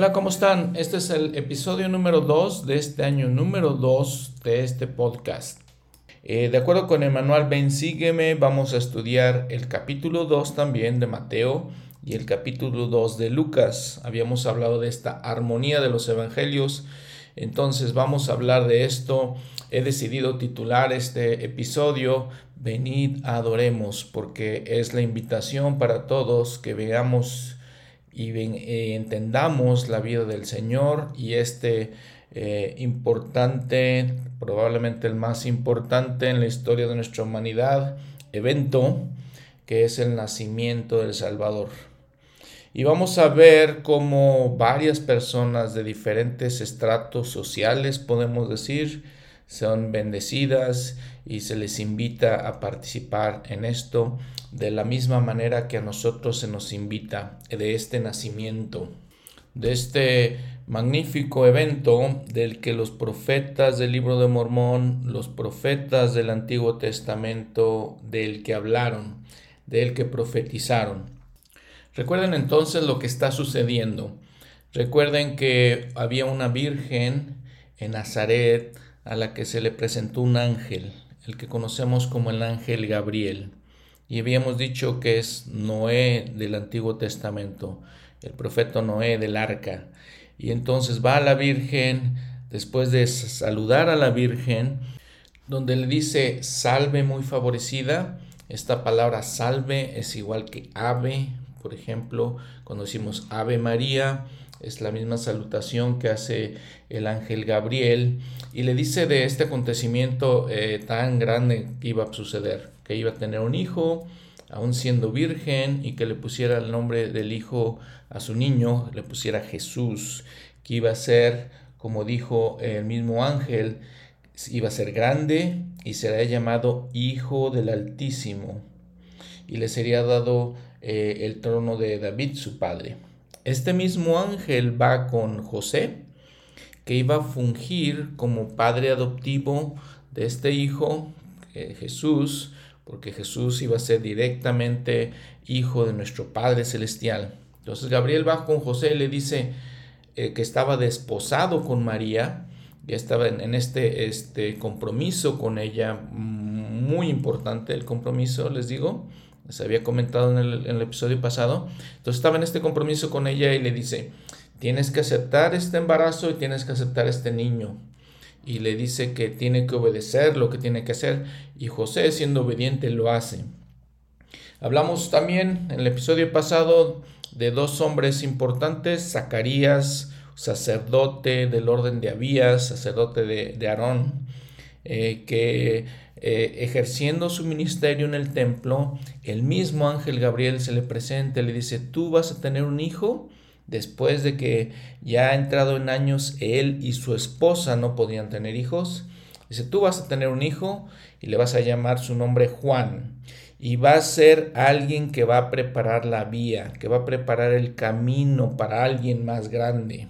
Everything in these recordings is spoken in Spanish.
Hola, ¿cómo están? Este es el episodio número 2 de este año número 2 de este podcast. De acuerdo con el manual Ven, sígueme, vamos a estudiar el capítulo 2 también de Mateo y el capítulo 2 de Lucas. Habíamos hablado de esta armonía de los evangelios, entonces vamos a hablar de esto. He decidido titular este episodio Venid, adoremos, porque es la invitación para todos que veamos y entendamos la vida del Señor y importante, probablemente el más importante en la historia de nuestra humanidad, evento que es el nacimiento del Salvador. Y vamos a ver cómo varias personas de diferentes estratos sociales, podemos decir, son bendecidas y se les invita a participar en esto de la misma manera que a nosotros se nos invita de este nacimiento, de este magnífico evento del que los profetas del libro de Mormón, los profetas del Antiguo Testamento, del que hablaron, del que profetizaron. Recuerden entonces lo que está sucediendo. Recuerden que había una virgen en Nazaret a la que se le presentó un ángel, el que conocemos como el ángel Gabriel. Y habíamos dicho que es Noé del Antiguo Testamento, el profeta Noé del arca. Y entonces va a la virgen, después de saludar a la virgen, donde le dice salve muy favorecida. Esta palabra salve es igual que ave. Por ejemplo, cuando decimos Ave María, es la misma salutación que hace el ángel Gabriel y le dice de este acontecimiento tan grande que iba a suceder, que iba a tener un hijo, aún siendo virgen, y que le pusiera el nombre del hijo a su niño, le pusiera Jesús, que iba a ser, como dijo el mismo ángel, iba a ser grande y será llamado Hijo del Altísimo, y le sería dado el trono de David, su padre. Este mismo ángel va con José, que iba a fungir como padre adoptivo de este hijo, Jesús, porque Jesús iba a ser directamente hijo de nuestro Padre Celestial. Entonces Gabriel va con José y le dice que estaba desposado con María, ya estaba en este compromiso con ella, muy importante el compromiso, les digo. Les había comentado en el episodio pasado. Entonces estaba en este compromiso con ella y le dice, tienes que aceptar este embarazo y tienes que aceptar este niño. Y le dice que tiene que obedecer lo que tiene que hacer. Y José, siendo obediente, lo hace. Hablamos también en el episodio pasado de dos hombres importantes, Zacarías, sacerdote del orden de Abías, sacerdote de Aarón, que ejerciendo su ministerio en el templo, el mismo ángel Gabriel se le presenta y le dice, tú vas a tener un hijo. Después de que ya ha entrado en años, él y su esposa no podían tener hijos. Dice, tú vas a tener un hijo y le vas a llamar su nombre Juan. Y va a ser alguien que va a preparar la vía, que va a preparar el camino para alguien más grande.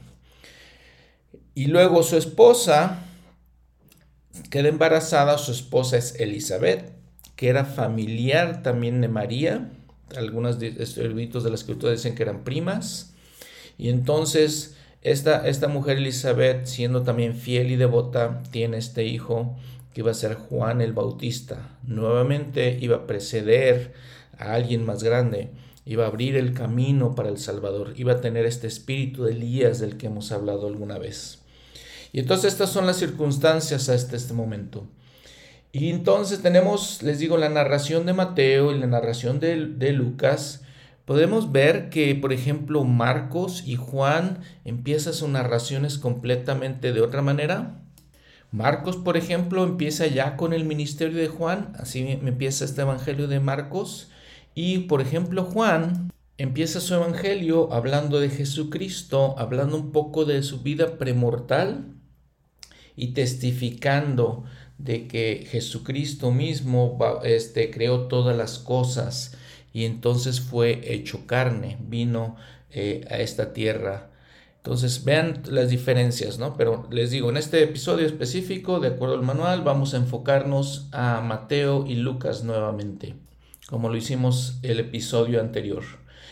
Y luego su esposa queda embarazada. Su esposa es Elizabeth, que era familiar también de María. Algunos eruditos de la escritura dicen que eran primas. Y entonces esta mujer Elizabeth, siendo también fiel y devota, tiene este hijo que iba a ser Juan el Bautista. Nuevamente iba a preceder a alguien más grande, iba a abrir el camino para el Salvador, iba a tener este espíritu de Elías del que hemos hablado alguna vez. Y entonces estas son las circunstancias hasta este momento. Y entonces tenemos, les digo, la narración de Mateo y la narración de Lucas. Podemos ver que, por ejemplo, Marcos y Juan empiezan sus narraciones completamente de otra manera. Marcos, por ejemplo, empieza ya con el ministerio de Juan, así empieza este evangelio de Marcos. Y, por ejemplo, Juan empieza su evangelio hablando de Jesucristo, hablando un poco de su vida premortal y testificando de que Jesucristo mismo creó todas las cosas y entonces fue hecho carne, vino a esta tierra. Entonces vean las diferencias, ¿no? Pero les digo, en este episodio específico, de acuerdo al manual, vamos a enfocarnos a Mateo y Lucas nuevamente, como lo hicimos el episodio anterior.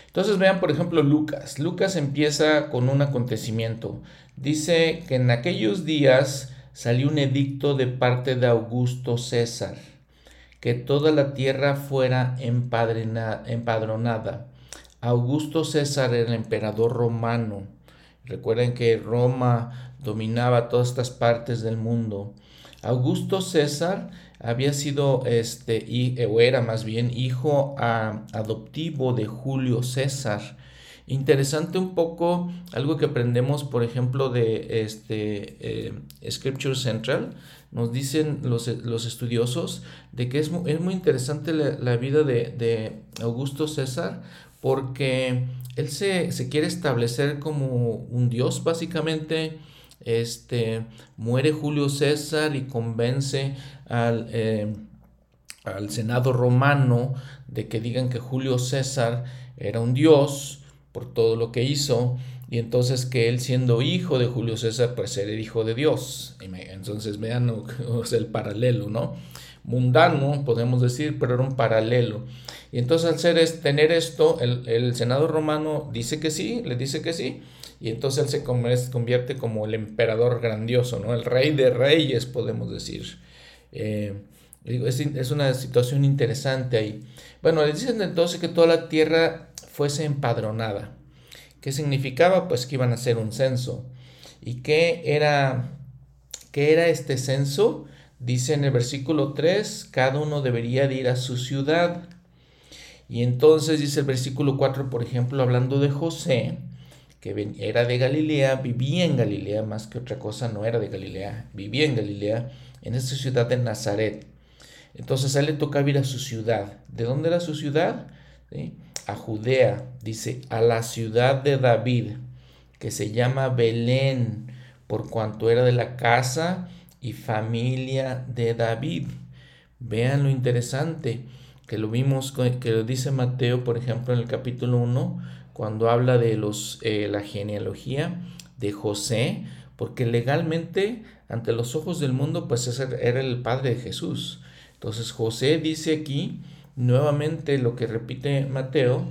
Entonces vean, por ejemplo, Lucas. Lucas empieza con un acontecimiento. Dice que en aquellos días salió un edicto de parte de Augusto César, que toda la tierra fuera empadronada. Augusto César era el emperador romano. Recuerden que Roma dominaba todas estas partes del mundo. Augusto César había sido, o era más bien, hijo adoptivo de Julio César. Interesante un poco, algo que aprendemos, por ejemplo, de Scripture Central, nos dicen los estudiosos de que es muy interesante la vida de Augusto César, porque él se quiere establecer como un dios, básicamente. Muere Julio César y convence al Senado romano de que digan que Julio César era un dios por todo lo que hizo, y entonces que él, siendo hijo de Julio César, pues era hijo de Dios. Entonces vean el paralelo, ¿no? Mundano, podemos decir, pero era un paralelo. Y entonces al tener esto, el Senado romano dice que sí, le dice que sí, y entonces él se convierte como el emperador grandioso, ¿no? El rey de reyes, podemos decir. Es una situación interesante ahí. Bueno, le dicen entonces que toda la tierra fuese empadronada. ¿Qué significaba? Pues que iban a hacer un censo. ¿Y qué era este censo? Dice en el versículo 3, cada uno debería de ir a su ciudad. Y entonces dice el versículo 4, por ejemplo, hablando de José, que era de Galilea, vivía en Galilea, más que otra cosa, no era de Galilea, vivía en Galilea, en esta ciudad de Nazaret. Entonces a él le tocaba ir a su ciudad. ¿De dónde era su ciudad? ¿Sí? A Judea, dice, a la ciudad de David, que se llama Belén, por cuanto era de la casa y familia de David. Vean lo interesante, que lo vimos, que lo dice Mateo, por ejemplo, en el capítulo 1, cuando habla de la genealogía de José, porque legalmente, ante los ojos del mundo, pues ese era el padre de Jesús. Entonces José dice aquí nuevamente lo que repite Mateo,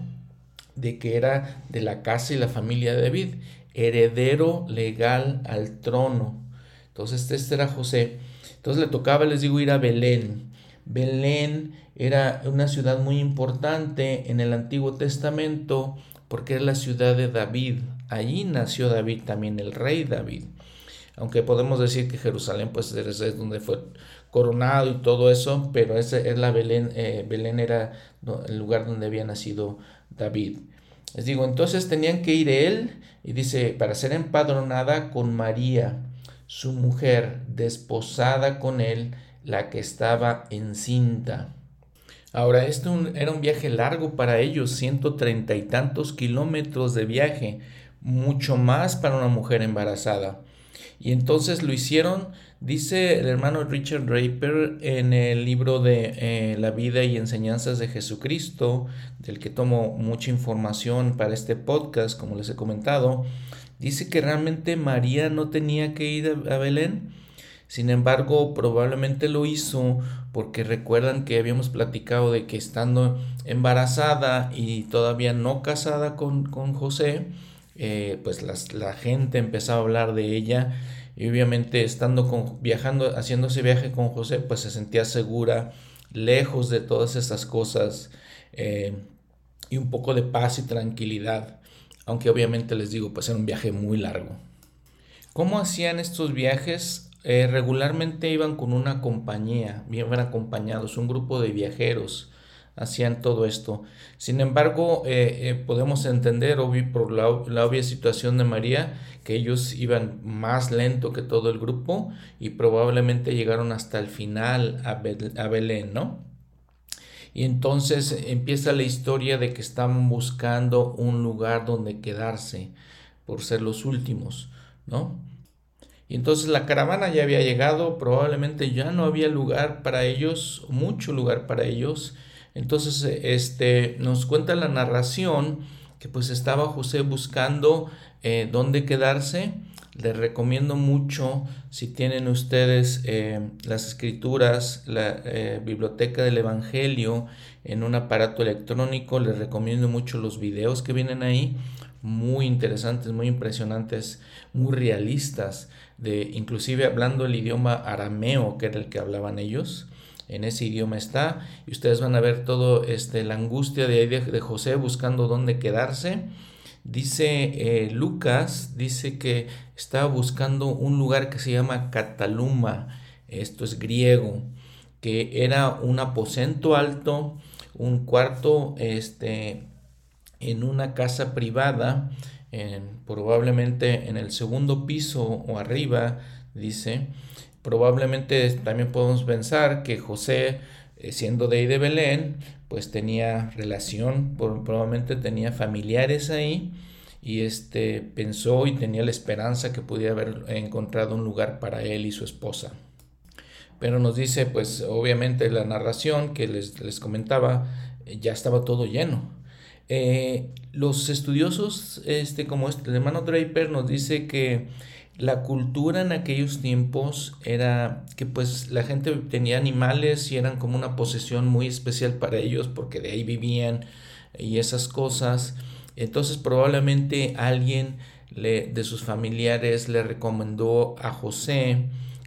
de que era de la casa y la familia de David, heredero legal al trono. Entonces este era José. Entonces le tocaba, les digo, ir a Belén. Belén era una ciudad muy importante en el Antiguo Testamento porque era la ciudad de David. Allí nació David también, el rey David. Aunque podemos decir que Jerusalén pues es donde fue coronado y todo eso, pero esa es la Belén. Belén era el lugar donde había nacido David. Les digo, entonces tenían que ir él, y dice, para ser empadronada con María, su mujer, desposada con él, la que estaba encinta. Ahora, era un viaje largo para ellos, 130 y tantos kilómetros de viaje, mucho más para una mujer embarazada. Y entonces lo hicieron, dice el hermano Richard Draper en el libro de La vida y enseñanzas de Jesucristo, del que tomo mucha información para este podcast, como les he comentado, dice que realmente María no tenía que ir a Belén. Sin embargo, probablemente lo hizo porque recuerdan que habíamos platicado de que estando embarazada y todavía no casada con José, pues la gente empezaba a hablar de ella, y obviamente viajando, haciendo ese viaje con José, pues se sentía segura, lejos de todas esas cosas, y un poco de paz y tranquilidad, aunque obviamente les digo, pues era un viaje muy largo. ¿Cómo hacían estos viajes? Regularmente iban con una compañía, iban acompañados, un grupo de viajeros hacían todo esto. Sin embargo, podemos entender por la obvia situación de María, que ellos iban más lento que todo el grupo y probablemente llegaron hasta el final a Belén, ¿no? Y entonces empieza la historia de que estaban buscando un lugar donde quedarse por ser los últimos, ¿no? Y entonces la caravana ya había llegado, probablemente ya no había lugar para ellos, mucho lugar para ellos. Entonces nos cuenta la narración que pues estaba José buscando dónde quedarse. Les recomiendo mucho, si tienen ustedes las escrituras, la biblioteca del Evangelio en un aparato electrónico, les recomiendo mucho los videos que vienen ahí, muy interesantes, muy impresionantes, muy realistas, inclusive hablando el idioma arameo, que era el que hablaban ellos. En ese idioma está, y ustedes van a ver todo la angustia de José buscando dónde quedarse. Dice Lucas, dice que estaba buscando un lugar que se llama Cataluma, esto es griego, que era un aposento alto, un cuarto en una casa privada, probablemente en el segundo piso o arriba, dice. Probablemente también podemos pensar que José, siendo de ahí de Belén, pues tenía relación, probablemente tenía familiares ahí, y pensó y tenía la esperanza que pudiera haber encontrado un lugar para él y su esposa. Pero nos dice, pues obviamente la narración que les comentaba, ya estaba todo lleno. Los estudiosos, como el hermano Draper, nos dice que la cultura en aquellos tiempos era que pues la gente tenía animales y eran como una posesión muy especial para ellos porque de ahí vivían y esas cosas. Entonces probablemente alguien de sus familiares le recomendó a José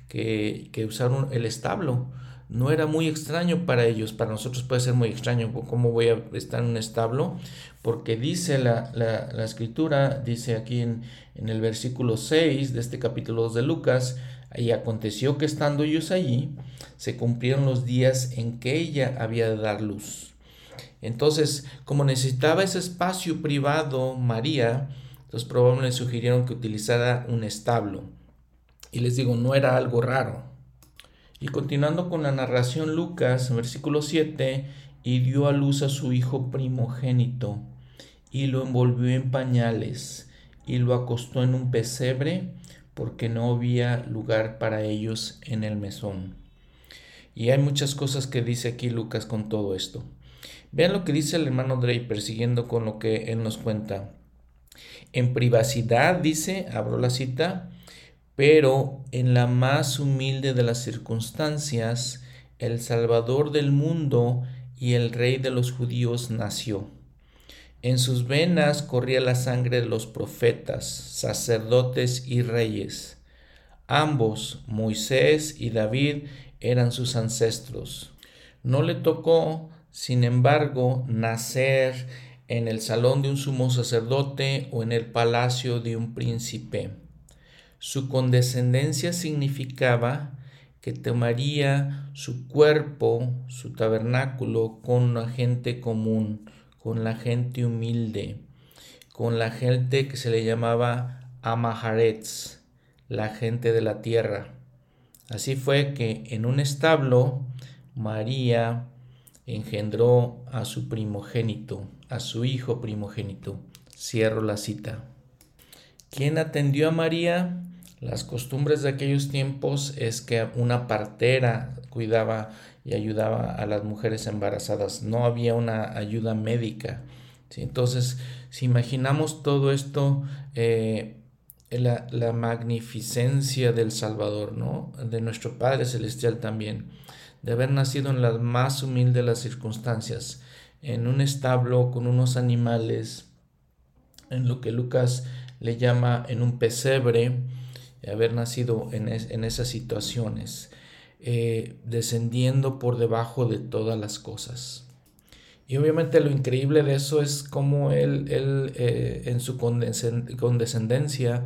que usaron el establo. No era muy extraño para ellos, para nosotros puede ser muy extraño. ¿Cómo voy a estar en un establo? Porque dice la escritura, dice aquí en el versículo 6 de este capítulo 2 de Lucas, y aconteció que estando ellos allí, se cumplieron los días en que ella había de dar luz. Entonces, como necesitaba ese espacio privado María, entonces probablemente le sugirieron que utilizara un establo. Y les digo, no era algo raro. Y continuando con la narración, Lucas, en versículo 7, y dio a luz a su hijo primogénito, y lo envolvió en pañales, y lo acostó en un pesebre, porque no había lugar para ellos en el mesón. Y hay muchas cosas que dice aquí Lucas con todo esto. Vean lo que dice el hermano Draper, siguiendo con lo que él nos cuenta. En privacidad, dice, abro la cita, pero en la más humilde de las circunstancias, el Salvador del mundo y el Rey de los judíos nació. En sus venas corría la sangre de los profetas, sacerdotes y reyes. Ambos, Moisés y David, eran sus ancestros. No le tocó, sin embargo, nacer en el salón de un sumo sacerdote o en el palacio de un príncipe. Su condescendencia significaba que tomaría su cuerpo, su tabernáculo, con la gente común, con la gente humilde, con la gente que se le llamaba Amaharetz, la gente de la tierra. Así fue que en un establo María engendró a su primogénito, a su hijo primogénito. Cierro la cita. ¿Quién atendió a María? Las costumbres de aquellos tiempos es que una partera cuidaba y ayudaba a las mujeres embarazadas. No había una ayuda médica. ¿Sí? Entonces, si imaginamos todo esto, la magnificencia del Salvador, ¿no? De nuestro Padre Celestial también, de haber nacido en las más humildes de las circunstancias, en un establo con unos animales, en lo que Lucas le llama en un pesebre, haber nacido en esas situaciones, descendiendo por debajo de todas las cosas. Y obviamente lo increíble de eso es cómo él en su condescendencia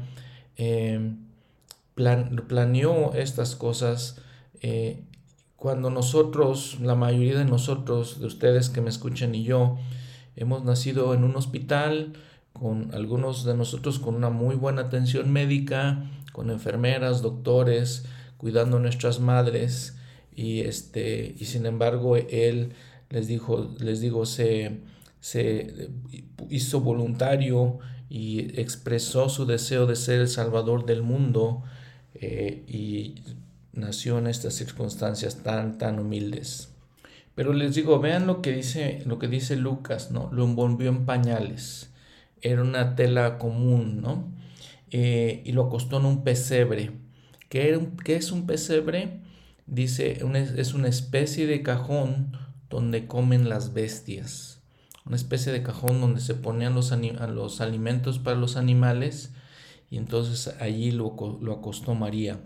planeó estas cosas. Cuando nosotros, la mayoría de nosotros, de ustedes que me escuchan y yo, hemos nacido en un hospital, con algunos de nosotros con una muy buena atención médica, con enfermeras, doctores, cuidando a nuestras madres, y sin embargo él les digo, se hizo voluntario y expresó su deseo de ser el Salvador del mundo, y nació en estas circunstancias tan humildes. Pero les digo, vean lo que dice Lucas, ¿no? Lo envolvió en pañales. Era una tela común, ¿no? y lo acostó en un pesebre. ¿Qué es un pesebre? Dice, es una especie de cajón donde comen las bestias. Una especie de cajón donde se ponían los alimentos para los animales, y entonces allí lo acostó María.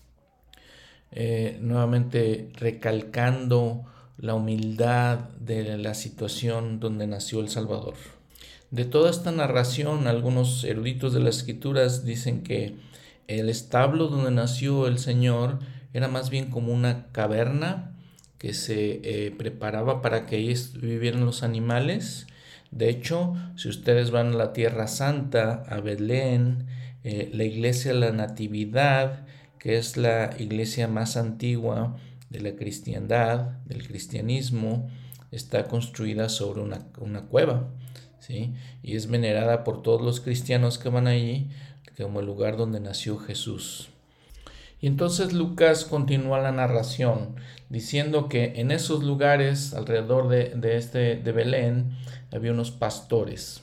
Nuevamente recalcando la humildad de la situación donde nació el Salvador. De toda esta narración, algunos eruditos de las Escrituras dicen que el establo donde nació el Señor era más bien como una caverna que se preparaba para que ahí vivieran los animales. De hecho, si ustedes van a la Tierra Santa, a Belén, la iglesia de la Natividad, que es la iglesia más antigua de la cristiandad, del cristianismo, está construida sobre una cueva, ¿sí? Y es venerada por todos los cristianos que van allí como el lugar donde nació Jesús. Y entonces Lucas continúa la narración diciendo que en esos lugares alrededor de Belén había unos pastores.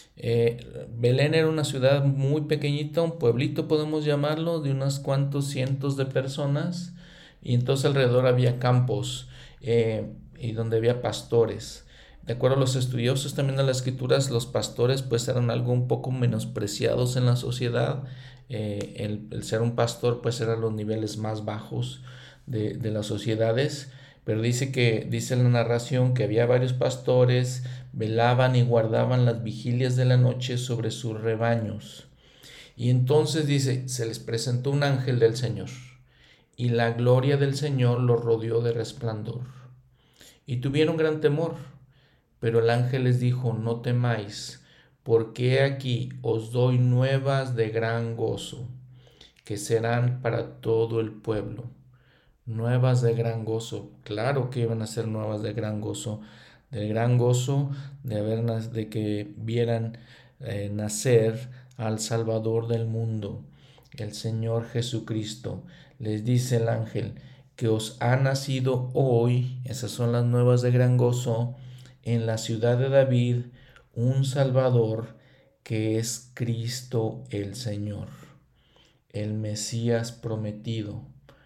Belén era una ciudad muy pequeñita, un pueblito podemos llamarlo, de unos cuantos cientos de personas, y entonces alrededor había campos y donde había pastores. De acuerdo a los estudiosos también de las escrituras, los pastores pues eran algo un poco menospreciados en la sociedad. El ser un pastor pues era los niveles más bajos de las sociedades, pero dice la narración que había varios pastores, velaban y guardaban las vigilias de la noche sobre sus rebaños. Y entonces dice, se les presentó un ángel del Señor, y la gloria del Señor los rodeó de resplandor. Y tuvieron gran temor, pero el ángel les dijo, no temáis, porque aquí os doy nuevas de gran gozo, que serán para todo el pueblo. Nuevas de gran gozo, claro que iban a ser nuevas de gran gozo, del gran gozo de que vieran nacer al Salvador del mundo, el Señor Jesucristo. Les dice el ángel que os ha nacido hoy, esas son las nuevas de gran gozo, en la ciudad de David, un Salvador que es Cristo el Señor, el Mesías prometido.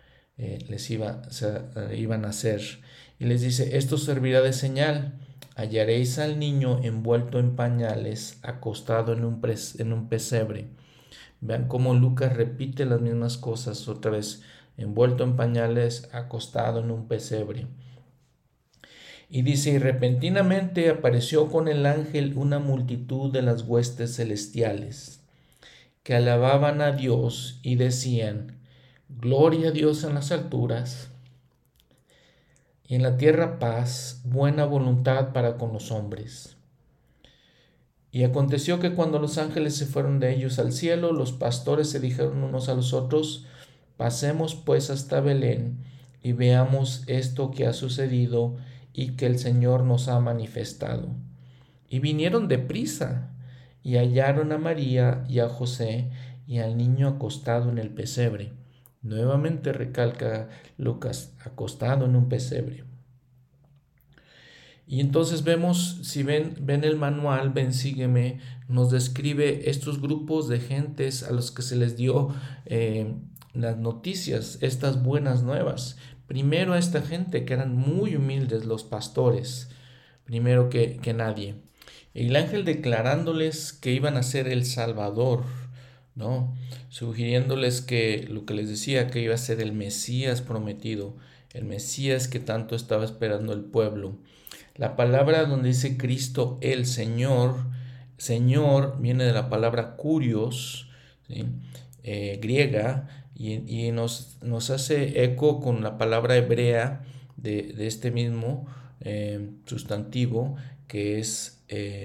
Iban a hacer. Y les dice, esto servirá de señal. Hallaréis al niño envuelto en pañales, acostado en un pesebre. Vean cómo Lucas repite las mismas cosas otra vez. Envuelto en pañales, acostado en un pesebre. Y dice, y repentinamente apareció con el ángel una multitud de las huestes celestiales, que alababan a Dios y decían, gloria a Dios en las alturas, y en la tierra paz, buena voluntad para con los hombres. Y aconteció que cuando los ángeles se fueron de ellos al cielo, los pastores se dijeron unos a los otros, pasemos pues hasta Belén y veamos esto que ha sucedido y que el Señor nos ha manifestado. Y vinieron deprisa y hallaron a María y a José y al niño acostado en el pesebre. Nuevamente recalca Lucas, acostado en un pesebre. Y entonces vemos, si ven el manual, ven, sígueme, nos describe estos grupos de gentes a los que se les dio las noticias, estas buenas nuevas. Primero a esta gente que eran muy humildes, los pastores, primero que nadie. El ángel declarándoles que iban a ser el Salvador, ¿no? Sugiriéndoles que lo que les decía, que iba a ser el Mesías prometido, el Mesías que tanto estaba esperando el pueblo. La palabra donde dice Cristo el Señor, Señor viene de la palabra kurios, ¿sí? Griega, y nos hace eco con la palabra hebrea de este mismo sustantivo, que es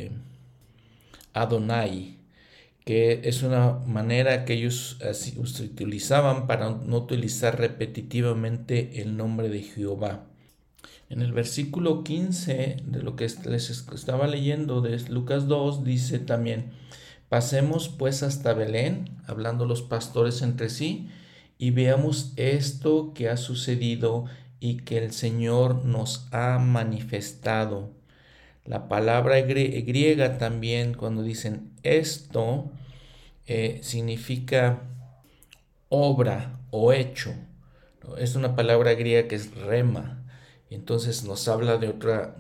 Adonai, que es una manera que ellos utilizaban para no utilizar repetitivamente el nombre de Jehová. En el versículo 15 de lo que les estaba leyendo de Lucas 2 dice también, pasemos pues hasta Belén, hablando los pastores entre sí, y veamos esto que ha sucedido y que el Señor nos ha manifestado. La palabra griega también, cuando dicen esto, significa obra o hecho, ¿no? Es una palabra griega que es rema. Entonces nos habla de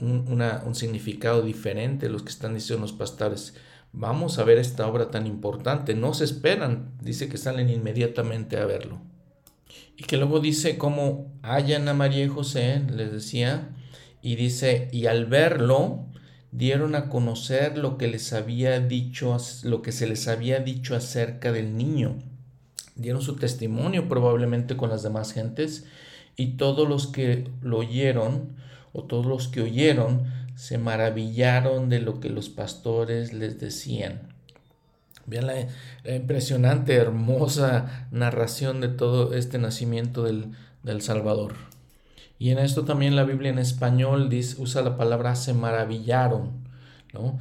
un significado diferente los que están diciendo los pastores. Vamos a ver esta obra tan importante. No se esperan, dice que salen inmediatamente a verlo. Y que luego dice cómo hallan a María y José, les decía, y dice, y al verlo, dieron a conocer lo que les había dicho, lo que se les había dicho acerca del niño. Dieron su testimonio probablemente con las demás gentes, y todos los que lo oyeron, o todos los que oyeron, se maravillaron de lo que los pastores les decían. Vean la impresionante, hermosa narración de todo este nacimiento del Salvador. Y en esto también la Biblia en español usa la palabra se maravillaron, ¿no?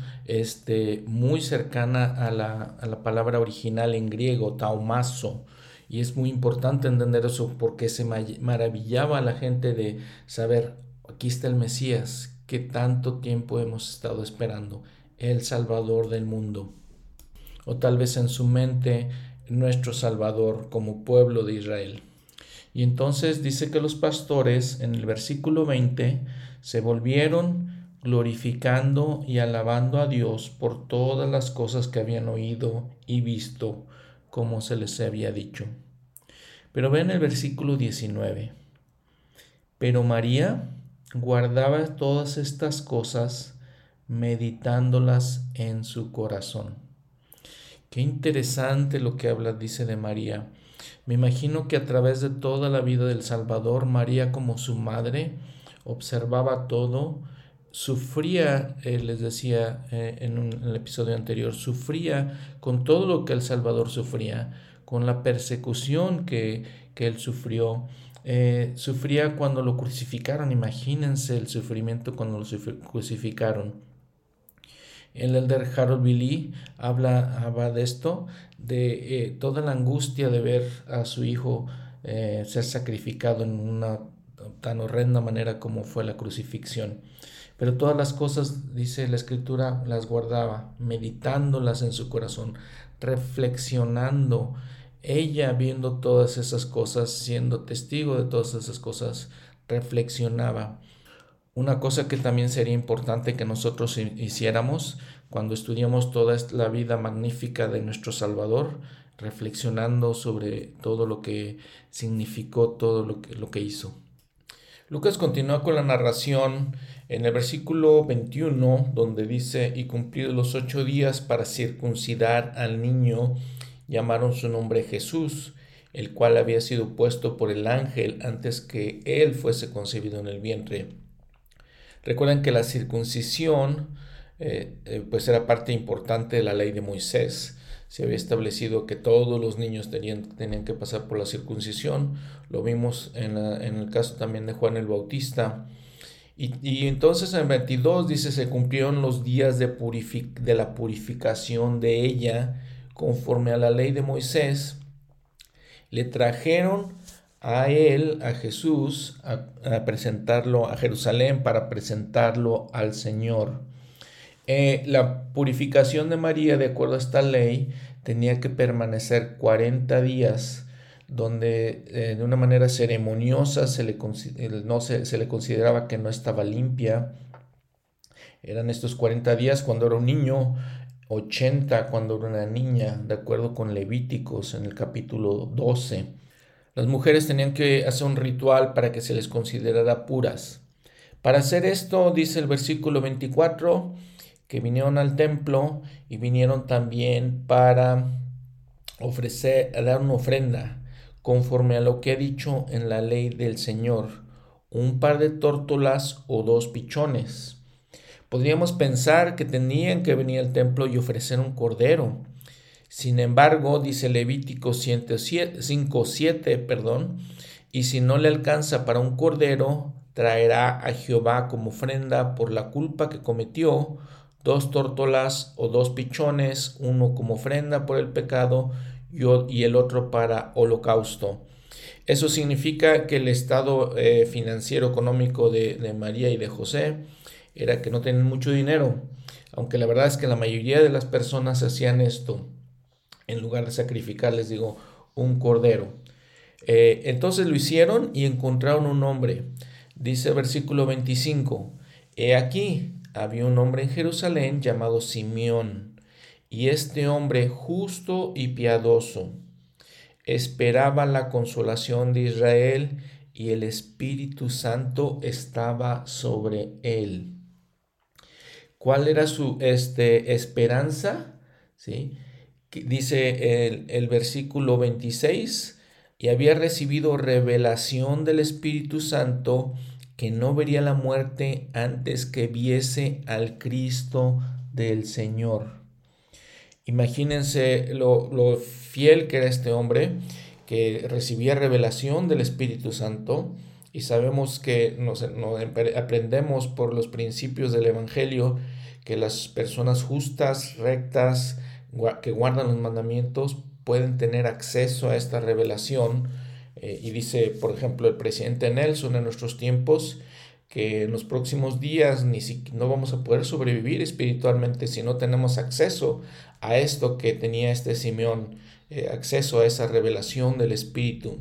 Muy cercana a la palabra original en griego, taumazo. Y es muy importante entender eso porque se maravillaba a la gente de saber, aquí está el Mesías, que tanto tiempo hemos estado esperando, el Salvador del mundo. O tal vez en su mente, nuestro Salvador como pueblo de Israel. Y entonces dice que los pastores en el versículo 20 se volvieron glorificando y alabando a Dios por todas las cosas que habían oído y visto, como se les había dicho. Pero ven el versículo 19. Pero María guardaba todas estas cosas, meditándolas en su corazón. Qué interesante lo que habla, dice de María. Me imagino que a través de toda la vida del Salvador, María como su madre observaba todo, sufría, les decía en el episodio anterior, sufría con todo lo que el Salvador sufría, con la persecución que él sufrió. Sufría cuando lo crucificaron, imagínense el sufrimiento cuando lo crucificaron. El elder Harold Billy habla de esto, de toda la angustia de ver a su hijo ser sacrificado en una tan horrenda manera como fue la crucifixión. Pero todas las cosas, dice la Escritura, las guardaba, meditándolas en su corazón, reflexionando, ella viendo todas esas cosas, siendo testigo de todas esas cosas, reflexionaba. Una cosa que también sería importante que nosotros hiciéramos cuando estudiamos toda la vida magnífica de nuestro Salvador, reflexionando sobre todo lo que significó, todo lo que hizo. Lucas continúa con la narración en el versículo 21, donde dice, y cumplidos los 8 días para circuncidar al niño, llamaron su nombre Jesús, el cual había sido puesto por el ángel antes que él fuese concebido en el vientre. Recuerden que la circuncisión pues era parte importante de la ley de Moisés. Se había establecido que todos los niños tenían que pasar por la circuncisión. Lo vimos en el caso también de Juan el Bautista. Y entonces en el 22 dice, se cumplieron los días de la purificación de ella conforme a la ley de Moisés. Le trajeron a él, a Jesús, a presentarlo a Jerusalén para presentarlo al Señor. La purificación de María, de acuerdo a esta ley, tenía que permanecer 40 días, donde de una manera ceremoniosa se le consideraba que no estaba limpia. Eran estos 40 días cuando era un niño, 80 cuando era una niña, de acuerdo con Levíticos en el capítulo 12. Las mujeres tenían que hacer un ritual para que se les considerara puras. Para hacer esto, dice el versículo 24, que vinieron al templo y vinieron también para dar una ofrenda, conforme a lo que ha dicho en la ley del Señor, un par de tórtolas o 2 pichones. Podríamos pensar que tenían que venir al templo y ofrecer un cordero. Sin embargo, dice Levítico 5:7, y si no le alcanza para un cordero, traerá a Jehová como ofrenda por la culpa que cometió 2 tórtolas o 2 pichones, uno como ofrenda por el pecado y el otro para holocausto. Eso significa que el estado financiero económico de María y de José era que no tenían mucho dinero, aunque la verdad es que la mayoría de las personas hacían esto. en lugar de sacrificar, les digo, un cordero. Entonces lo hicieron y encontraron un hombre. Dice versículo 25, he aquí, había un hombre en Jerusalén llamado Simeón, y este hombre justo y piadoso esperaba la consolación de Israel, y el Espíritu Santo estaba sobre él. ¿Cuál era su esperanza? ¿Sí? Dice el versículo 26, y había recibido revelación del Espíritu Santo que no vería la muerte antes que viese al Cristo del Señor. Imagínense lo fiel que era este hombre, que recibía revelación del Espíritu Santo, y sabemos que nos aprendemos por los principios del Evangelio que las personas justas, rectas, que guardan los mandamientos, pueden tener acceso a esta revelación. Y dice, por ejemplo, el presidente Nelson en nuestros tiempos, que en los próximos días no vamos a poder sobrevivir espiritualmente si no tenemos acceso a esto que tenía este Simeón, acceso a esa revelación del Espíritu.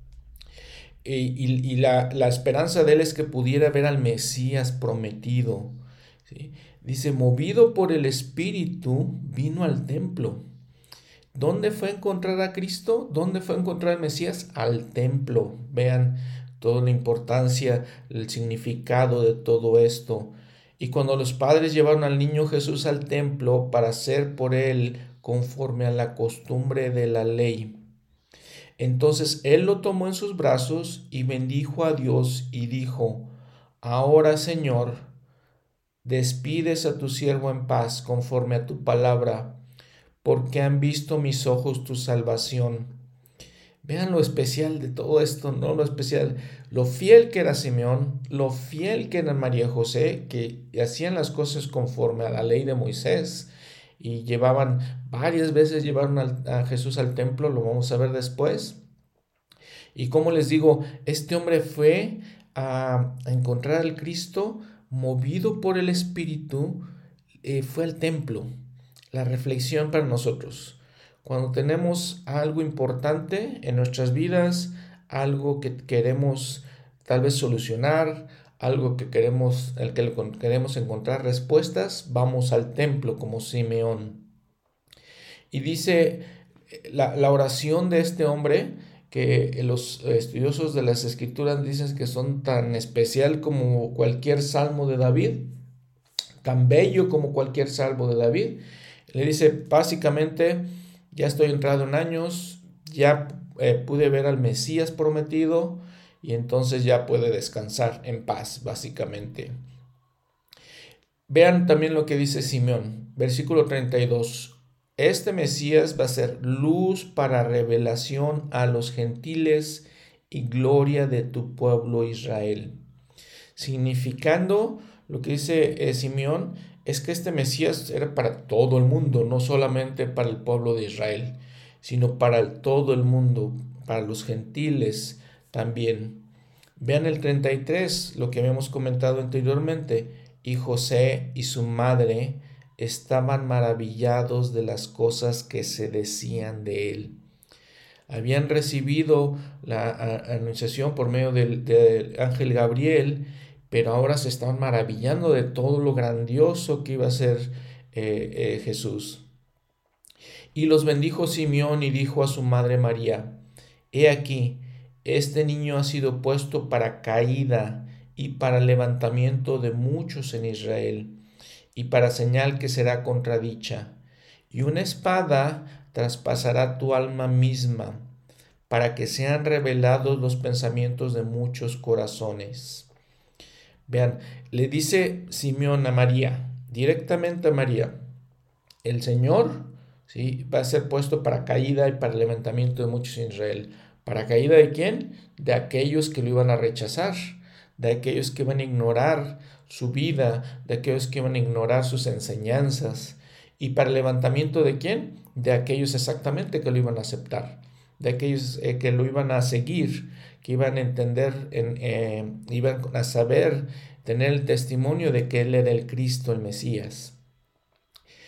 Y la esperanza de él es que pudiera ver al Mesías prometido. ¿Sí? Dice, movido por el Espíritu, vino al templo. ¿Dónde fue a encontrar a Cristo? ¿Dónde fue a encontrar al Mesías? Al templo. Vean toda la importancia, el significado de todo esto. Y cuando los padres llevaron al niño Jesús al templo para hacer por él conforme a la costumbre de la ley, entonces él lo tomó en sus brazos y bendijo a Dios y dijo, ahora Señor, despides a tu siervo en paz conforme a tu palabra, porque han visto mis ojos tu salvación. Vean lo especial de todo esto, ¿no? Lo especial, lo fiel que era Simeón, lo fiel que era María y José, que hacían las cosas conforme a la ley de Moisés y varias veces llevaron a Jesús al templo, lo vamos a ver después. Y como les digo, este hombre fue a encontrar al Cristo movido por el Espíritu, fue al templo. La reflexión para nosotros. Cuando tenemos algo importante en nuestras vidas, algo que queremos tal vez solucionar, algo que queremos, el que queremos encontrar respuestas, vamos al templo como Simeón. Y dice la oración de este hombre, que los estudiosos de las escrituras dicen que son tan especial como cualquier salmo de David, tan bello como cualquier salmo de David. Le dice básicamente, ya estoy entrado en años, ya pude ver al Mesías prometido y entonces ya puede descansar en paz, básicamente. Vean también lo que dice Simeón, versículo 32. Este Mesías va a ser luz para revelación a los gentiles y gloria de tu pueblo Israel. Significando lo que dice Simeón es que este Mesías era para todo el mundo, no solamente para el pueblo de Israel, sino para todo el mundo, para los gentiles también. Vean el 33, lo que habíamos comentado anteriormente. Y José y su madre estaban maravillados de las cosas que se decían de él. Habían recibido la anunciación por medio del ángel Gabriel, pero ahora se estaban maravillando de todo lo grandioso que iba a ser Jesús. Y los bendijo Simeón y dijo a su madre María, he aquí, este niño ha sido puesto para caída y para levantamiento de muchos en Israel, y para señal que será contradicha. Y una espada traspasará tu alma misma, para que sean revelados los pensamientos de muchos corazones. Vean, le dice Simeón a María, directamente a María, el Señor, ¿sí?, va a ser puesto para caída y para levantamiento de muchos en Israel. ¿Para caída de quién? De aquellos que lo iban a rechazar, de aquellos que iban a ignorar su vida, de aquellos que iban a ignorar sus enseñanzas. ¿Y para levantamiento de quién? De aquellos exactamente que lo iban a aceptar, de aquellos que lo iban a seguir, que iban a entender, iban a saber, tener el testimonio de que Él era el Cristo, el Mesías.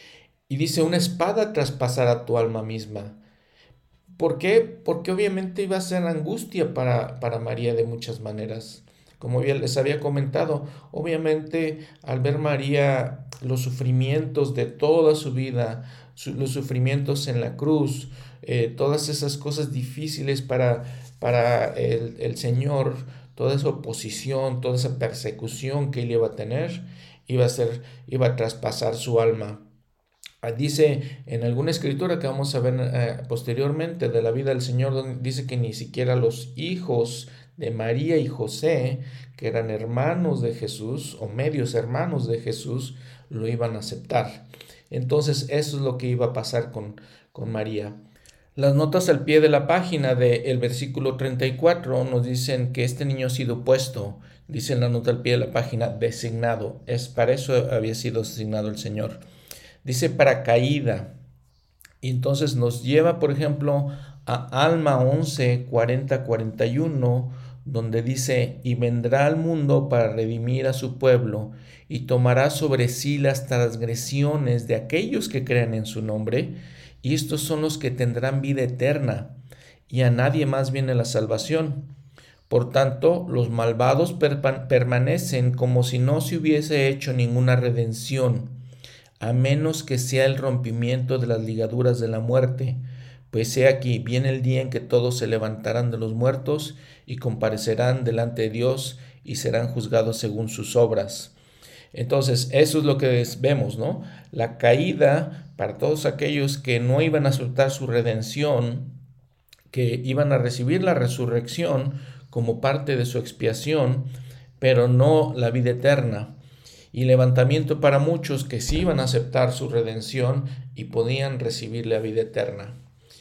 Y dice, una espada traspasará tu alma misma. ¿Por qué? Porque obviamente iba a ser angustia para María de muchas maneras. Como ya les había comentado, obviamente al ver María los sufrimientos de toda su vida, los sufrimientos en la cruz, todas esas cosas difíciles para el Señor, toda esa oposición, toda esa persecución que él iba a tener, iba a traspasar su alma. Dice en alguna escritura que vamos a ver posteriormente de la vida del Señor, donde dice que ni siquiera los hijos de María y José, que eran hermanos de Jesús o medios hermanos de Jesús, lo iban a aceptar. Entonces eso es lo que iba a pasar con María. Las notas al pie de la página del versículo 34 nos dicen que este niño ha sido puesto, dice en la nota al pie de la página, designado. Para eso había sido designado el Señor. Dice para caída. Y entonces nos lleva, por ejemplo, a Alma 11, 40, 41, donde dice, y vendrá al mundo para redimir a su pueblo, y tomará sobre sí las transgresiones de aquellos que crean en su nombre, y estos son los que tendrán vida eterna, y a nadie más viene la salvación. Por tanto, los malvados permanecen como si no se hubiese hecho ninguna redención, a menos que sea el rompimiento de las ligaduras de la muerte. Pues he aquí, viene el día en que todos se levantarán de los muertos y comparecerán delante de Dios y serán juzgados según sus obras. Entonces, eso es lo que vemos, ¿no? La caída para todos aquellos que no iban a aceptar su redención, que iban a recibir la resurrección como parte de su expiación, pero no la vida eterna. Y levantamiento para muchos que sí iban a aceptar su redención y podían recibir la vida eterna.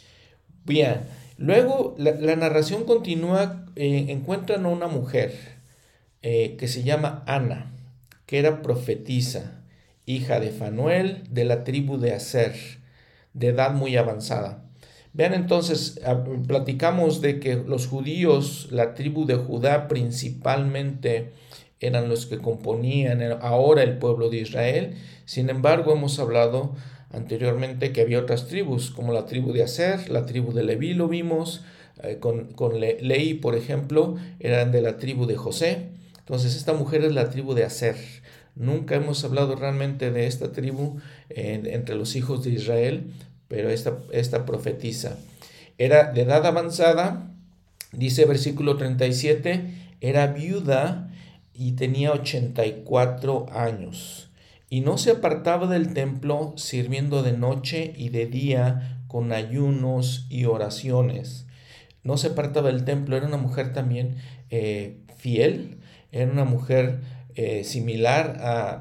Bien, luego la narración continúa, encuentran a una mujer que se llama Ana, que era profetisa, hija de Fanuel, de la tribu de Aser, de edad muy avanzada. Vean entonces, platicamos de que los judíos, la tribu de Judá principalmente, eran los que componían ahora el pueblo de Israel. Sin embargo, hemos hablado anteriormente que había otras tribus, como la tribu de Aser, la tribu de Leví, lo vimos, con Leí, por ejemplo, eran de la tribu de José. Entonces, esta mujer es la tribu de Aser. Nunca hemos hablado realmente de esta tribu entre los hijos de Israel, pero esta profetisa era de edad avanzada, dice versículo 37, era viuda y tenía 84 años, y no se apartaba del templo, sirviendo de noche y de día con ayunos y oraciones. No se apartaba del templo, era una mujer también fiel, era una mujer similar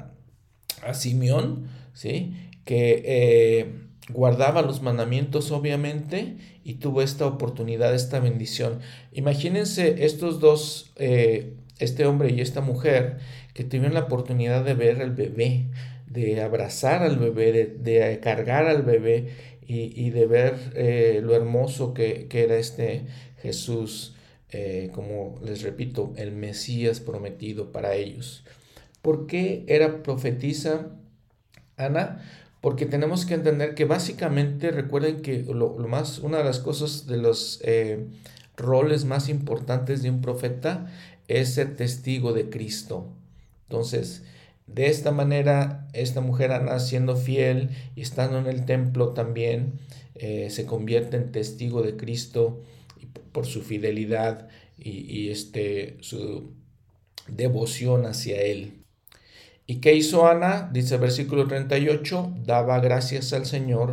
a Simeón, ¿sí? Que guardaba los mandamientos obviamente y tuvo esta oportunidad, esta bendición. Imagínense estos dos, este hombre y esta mujer, que tuvieron la oportunidad de ver al bebé, de abrazar al bebé, de cargar al bebé y de ver lo hermoso que era este Jesús, como les repito, el Mesías prometido para ellos. ¿Por qué era profetisa Ana? Porque tenemos que entender que básicamente, recuerden que una de las cosas, de los roles más importantes de un profeta es ser testigo de Cristo. Entonces, de esta manera, esta mujer Ana, siendo fiel y estando en el templo también, se convierte en testigo de Cristo por su fidelidad y su devoción hacia Él. ¿Y qué hizo Ana? Dice el versículo 38, daba gracias al Señor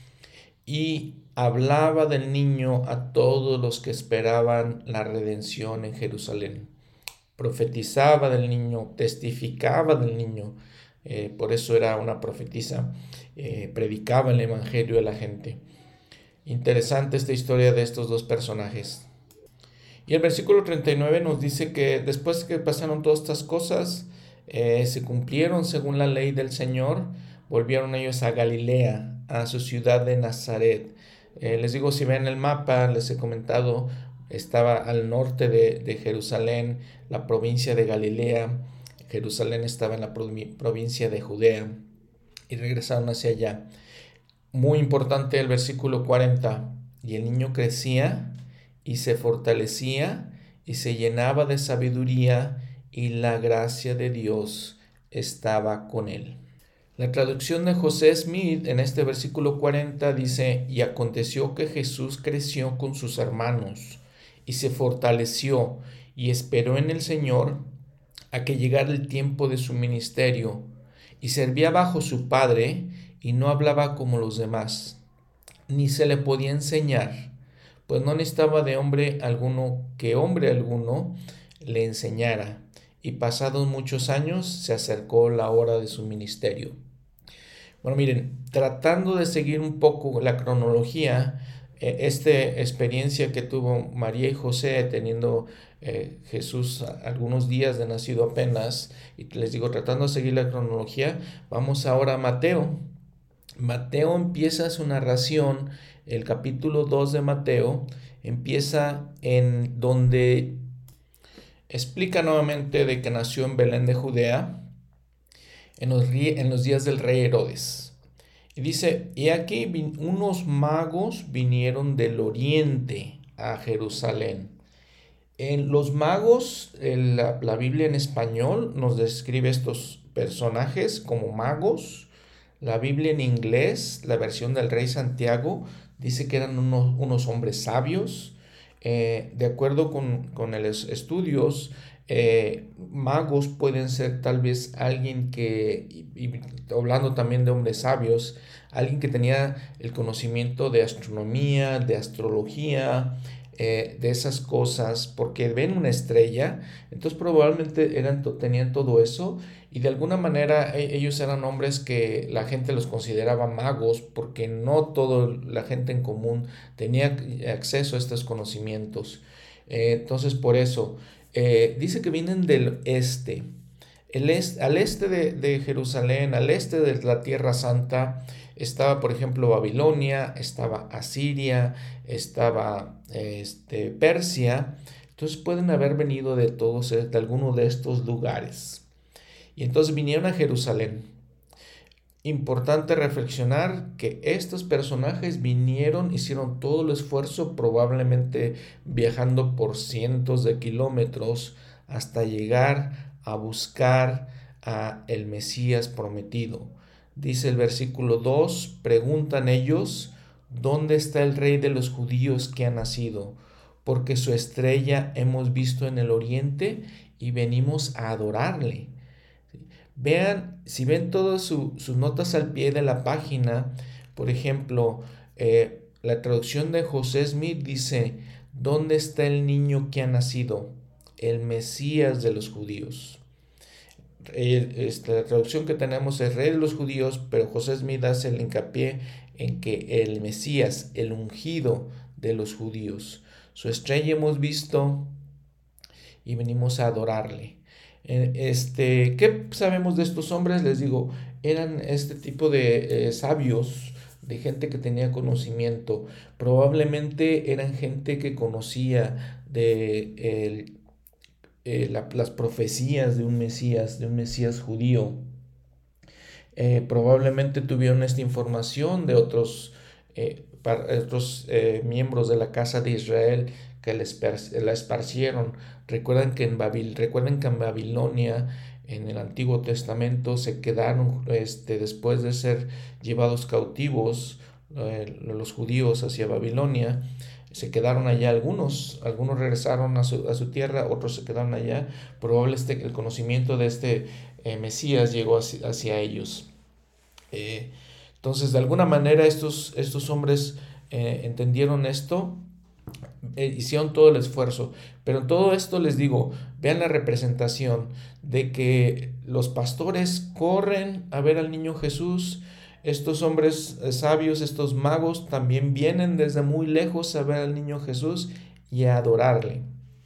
y hablaba del niño a todos los que esperaban la redención en Jerusalén. Profetizaba del niño, testificaba del niño, por eso era una profetisa, predicaba el evangelio a la gente. Interesante esta historia de estos dos personajes. Y el versículo 39 nos dice que después que pasaron todas estas cosas, se cumplieron según la ley del Señor, volvieron ellos a Galilea, a su ciudad de Nazaret. Les digo, si ven el mapa, les he comentado, estaba al norte de Jerusalén, la provincia de Galilea. Jerusalén estaba en la provincia de Judea. y regresaron hacia allá. Muy importante el versículo 40. Y el niño crecía y se fortalecía y se llenaba de sabiduría y la gracia de Dios estaba con él. La traducción de José Smith en este versículo 40 dice: y aconteció que Jesús creció con sus hermanos y se fortaleció y esperó en el Señor a que llegara el tiempo de su ministerio, y servía bajo su padre y no hablaba como los demás, ni se le podía enseñar, pues no necesitaba de hombre alguno le enseñara. Y pasados muchos años se acercó la hora de su ministerio. Bueno, miren, tratando de seguir un poco la cronología, esta experiencia que tuvo María y José teniendo Jesús algunos días de nacido apenas, y les digo, tratando de seguir la cronología, vamos ahora a Mateo. Mateo empieza su narración, el capítulo 2 de Mateo, empieza en donde explica nuevamente de que nació en Belén de Judea, en los días del rey Herodes. Y dice: y aquí unos magos vinieron del oriente a Jerusalén. En los magos, la Biblia en español nos describe estos personajes como magos. La Biblia en inglés, la versión del Rey Santiago, dice que eran unos hombres sabios. De acuerdo con los estudios, magos pueden ser tal vez alguien hablando también de hombres sabios, alguien que tenía el conocimiento de astronomía, de astrología, de esas cosas, porque ven una estrella, entonces probablemente tenían todo eso, y de alguna manera ellos eran hombres que la gente los consideraba magos, porque no toda la gente en común tenía acceso a estos conocimientos. Entonces por eso dice que vienen del este. Al este de Jerusalén, al este de la Tierra Santa, estaba, por ejemplo, Babilonia, estaba Asiria, estaba Persia. Entonces pueden haber venido de alguno de estos lugares. Y entonces vinieron a Jerusalén. Importante reflexionar que estos personajes hicieron todo el esfuerzo, probablemente viajando por cientos de kilómetros hasta llegar a buscar a el Mesías prometido. Dice el versículo 2, preguntan ellos: ¿dónde está el rey de los judíos que ha nacido? Porque su estrella hemos visto en el oriente y venimos a adorarle. Vean, si ven todas sus notas al pie de la página, por ejemplo, la traducción de José Smith dice: ¿dónde está el niño que ha nacido? El Mesías de los judíos. La traducción que tenemos es Rey de los judíos, pero José Smith hace el hincapié en que el Mesías, el ungido de los judíos. Su estrella hemos visto y venimos a adorarle. ¿Qué sabemos de estos hombres? Les digo, eran este tipo de sabios, de gente que tenía conocimiento. Probablemente eran gente que conocía las profecías de un Mesías judío. Probablemente tuvieron esta información de otros miembros de la casa de Israel que la esparcieron. Recuerden que en Babilonia, en el Antiguo Testamento, se quedaron, después de ser llevados cautivos, los judíos hacia Babilonia, se quedaron allá algunos regresaron a su tierra, otros se quedaron allá. Probablemente el conocimiento de Mesías llegó hacia ellos. Entonces, de alguna manera, estos hombres entendieron esto, hicieron todo el esfuerzo. Pero en todo esto les digo, vean la representación de que los pastores corren a ver al niño Jesús. Estos hombres sabios, estos magos, también vienen desde muy lejos a ver al niño Jesús y a adorarle.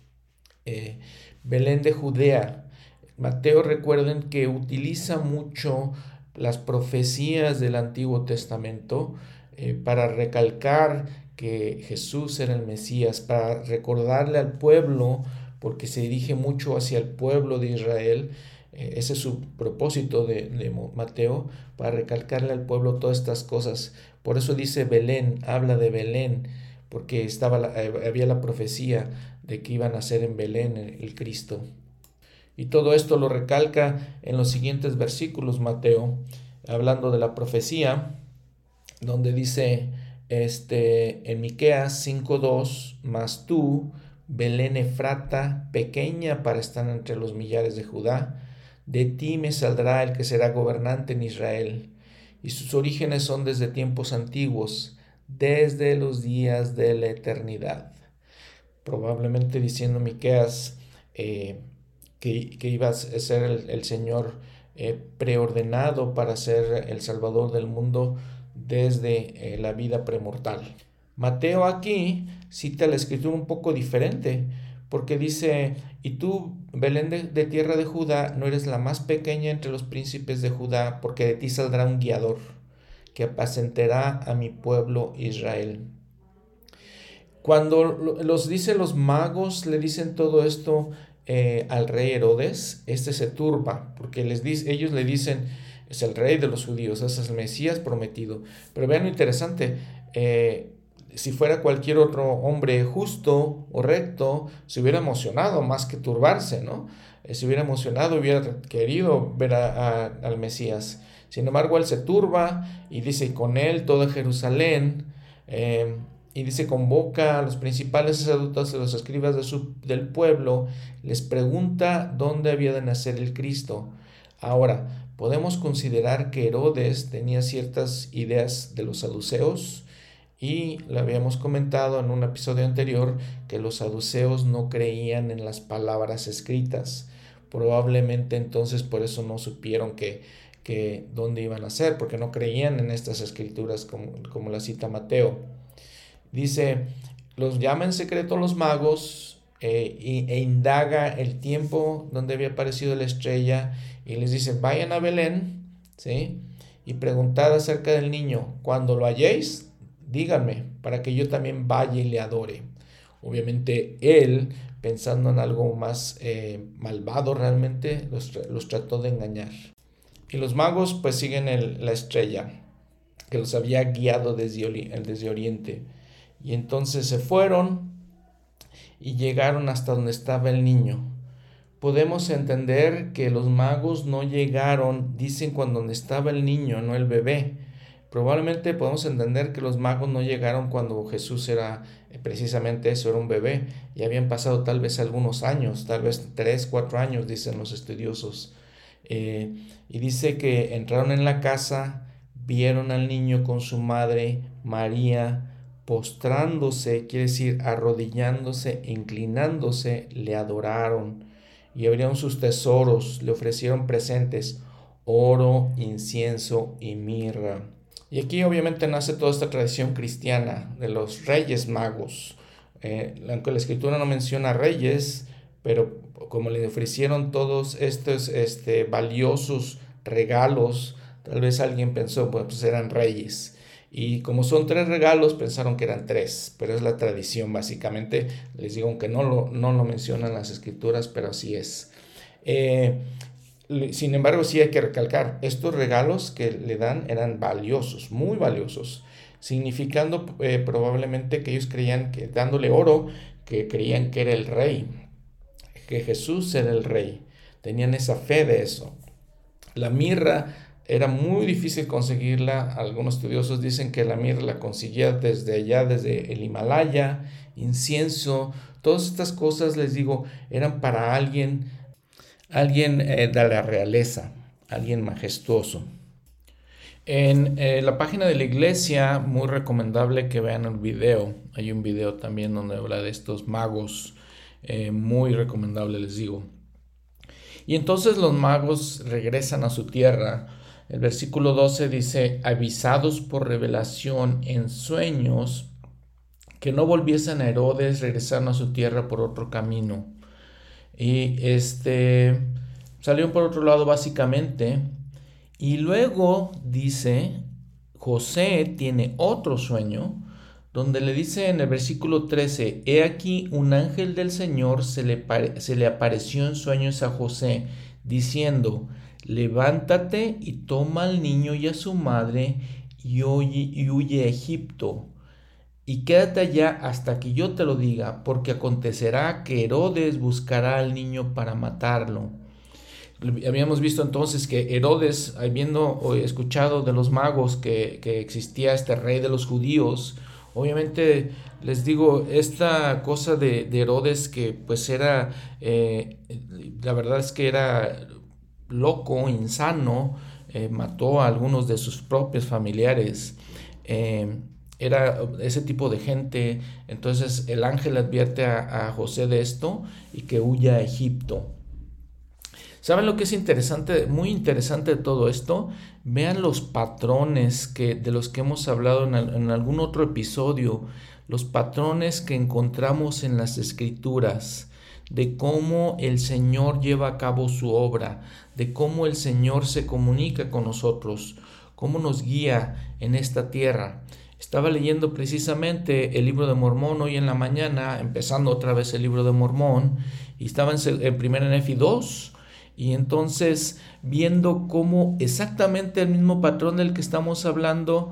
Belén de Judea. Mateo, recuerden que utiliza mucho las profecías del Antiguo Testamento para recalcar que Jesús era el Mesías, para recordarle al pueblo, porque se dirige mucho hacia el pueblo de Israel, Ese es su propósito de Mateo, para recalcarle al pueblo todas estas cosas. Por eso dice Belén, habla de Belén, porque había la profecía de que iba a nacer en Belén el Cristo. Y todo esto lo recalca en los siguientes versículos Mateo, hablando de la profecía, donde dice en Miqueas 5:2, mas tú, Belén Efrata, pequeña para estar entre los millares de Judá, de ti me saldrá el que será gobernante en Israel, y sus orígenes son desde tiempos antiguos, desde los días de la eternidad. Probablemente diciendo Miqueas que iba a ser el Señor preordenado para ser el Salvador del mundo desde la vida premortal. Mateo aquí cita la escritura un poco diferente, porque dice, y tú, Belén de tierra de Judá, no eres la más pequeña entre los príncipes de Judá, porque de ti saldrá un guiador, que apacentará a mi pueblo Israel. Cuando los magos le dicen todo esto al rey Herodes, se turba, porque ellos le dicen, es el rey de los judíos, es el Mesías prometido. Pero vean lo interesante, si fuera cualquier otro hombre justo o recto, se hubiera emocionado más que turbarse, ¿no? Se hubiera emocionado, hubiera querido ver al Mesías. Sin embargo, él se turba y dice, y con él toda Jerusalén, y dice, convoca a los principales sacerdotes y los escribas del pueblo, les pregunta dónde había de nacer el Cristo. Ahora, podemos considerar que Herodes tenía ciertas ideas de los saduceos, y lo habíamos comentado en un episodio anterior que los saduceos no creían en las palabras escritas. Probablemente entonces por eso no supieron que dónde iban a ser, porque no creían en estas escrituras como la cita Mateo. Dice, los llama en secreto los magos e indaga el tiempo donde había aparecido la estrella y les dice, vayan a Belén, ¿sí? Y preguntad acerca del niño. Cuando lo halléis, díganme, para que yo también vaya y le adore. Obviamente él, pensando en algo más malvado realmente, los trató de engañar. Y los magos pues siguen la estrella que los había guiado desde Oriente. Y entonces se fueron y llegaron hasta donde estaba el niño. Podemos entender que los magos no llegaron, dicen, cuando estaba el niño, no el bebé. Probablemente podemos entender que los magos no llegaron cuando Jesús era precisamente eso, era un bebé. Y habían pasado tal vez algunos años, tal vez 3, 4 años, dicen los estudiosos. Y dice que entraron en la casa, vieron al niño con su madre María, postrándose, quiere decir arrodillándose, inclinándose, le adoraron y abrieron sus tesoros, le ofrecieron presentes, oro, incienso y mirra. Y aquí obviamente nace toda esta tradición cristiana de los reyes magos. Aunque la escritura no menciona reyes, pero como le ofrecieron todos estos valiosos regalos, tal vez alguien pensó, pues eran reyes. Y como son 3 regalos, pensaron que eran 3, pero es la tradición básicamente. Les digo, aunque no lo mencionan las escrituras, pero así es. Sin embargo, sí hay que recalcar, estos regalos que le dan eran valiosos, muy valiosos, significando probablemente que ellos creían que dándole oro, que creían que era el rey, que Jesús era el rey. Tenían esa fe de eso. La mirra era muy difícil conseguirla. Algunos estudiosos dicen que la mirra la conseguía desde allá, desde el Himalaya. Incienso, todas estas cosas, les digo, eran para alguien de la realeza, alguien majestuoso. En la página de la iglesia, muy recomendable que vean el video. Hay un video también donde habla de estos magos, muy recomendable, les digo. Y entonces los magos regresan a su tierra. El versículo 12 dice, avisados por revelación en sueños, que no volviesen a Herodes, regresaron a su tierra por otro camino. Y salieron por otro lado básicamente. Y luego dice, José tiene otro sueño, donde le dice en el versículo 13, he aquí un ángel del Señor se le apareció en sueños a José, diciendo: levántate y toma al niño y a su madre y huye a Egipto, y quédate allá hasta que yo te lo diga, porque acontecerá que Herodes buscará al niño para matarlo. Habíamos visto entonces que Herodes, habiendo escuchado de los magos que existía este rey de los judíos, obviamente les digo, esta cosa de Herodes que pues era, la verdad es que era loco, insano, mató a algunos de sus propios familiares, era ese tipo de gente. Entonces el ángel advierte a José de esto y que huya a Egipto. ¿Saben lo que es interesante, muy interesante de todo esto? Vean los patrones de los que hemos hablado en algún otro episodio, los patrones que encontramos en las Escrituras, de cómo el Señor lleva a cabo su obra, de cómo el Señor se comunica con nosotros, cómo nos guía en esta tierra. Estaba leyendo precisamente el libro de Mormón hoy en la mañana, empezando otra vez el libro de Mormón, y estaba en 1 Nefi 2, y entonces viendo cómo exactamente el mismo patrón del que estamos hablando,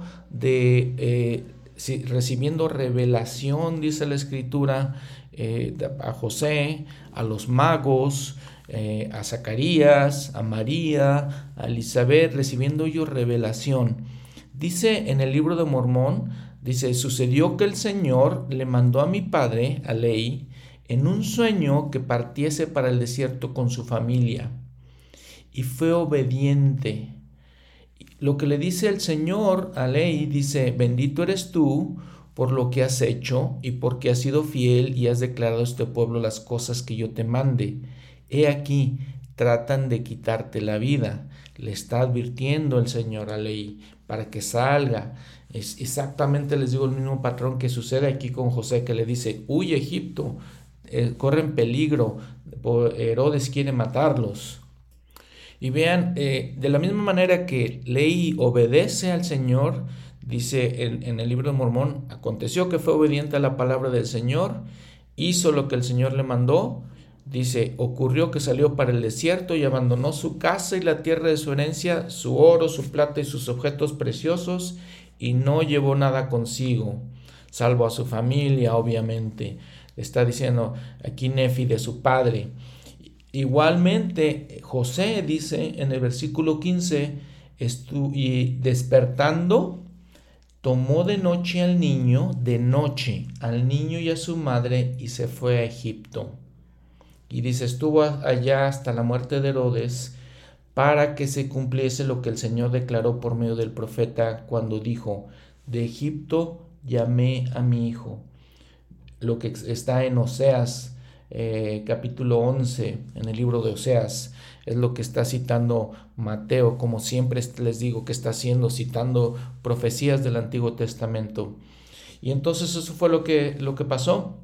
recibiendo revelación, dice la Escritura, a José, a los magos, a Zacarías, a María, a Elizabeth, recibiendo ellos revelación. Dice en el libro de Mormón, dice: sucedió que el Señor le mandó a mi padre, a Lehi, en un sueño que partiese para el desierto con su familia, y fue obediente. Lo que le dice el Señor a Lehi, dice: bendito eres tú por lo que has hecho y porque has sido fiel y has declarado a este pueblo las cosas que yo te mande. He aquí, tratan de quitarte la vida. Le está advirtiendo el Señor a Lehi para que salga. Es exactamente, les digo, el mismo patrón que sucede aquí con José, que le dice: huye a Egipto, corren peligro, Herodes quiere matarlos. Y vean, de la misma manera que Lehi obedece al Señor, dice en el libro de Mormón: aconteció que fue obediente a la palabra del Señor, hizo lo que el Señor le mandó. Dice: ocurrió que salió para el desierto y abandonó su casa y la tierra de su herencia, su oro, su plata y sus objetos preciosos, y no llevó nada consigo, salvo a su familia, obviamente. Está diciendo aquí Nefi de su padre. Igualmente, José dice en el versículo 15, y despertando, tomó de noche al niño y a su madre, y se fue a Egipto. Y dice: estuvo allá hasta la muerte de Herodes, para que se cumpliese lo que el Señor declaró por medio del profeta, cuando dijo: de Egipto llamé a mi hijo. Lo que está en Oseas, capítulo 11, en el libro de Oseas, es lo que está citando Mateo, como siempre les digo que está haciendo, citando profecías del Antiguo Testamento. Y entonces eso fue lo que pasó.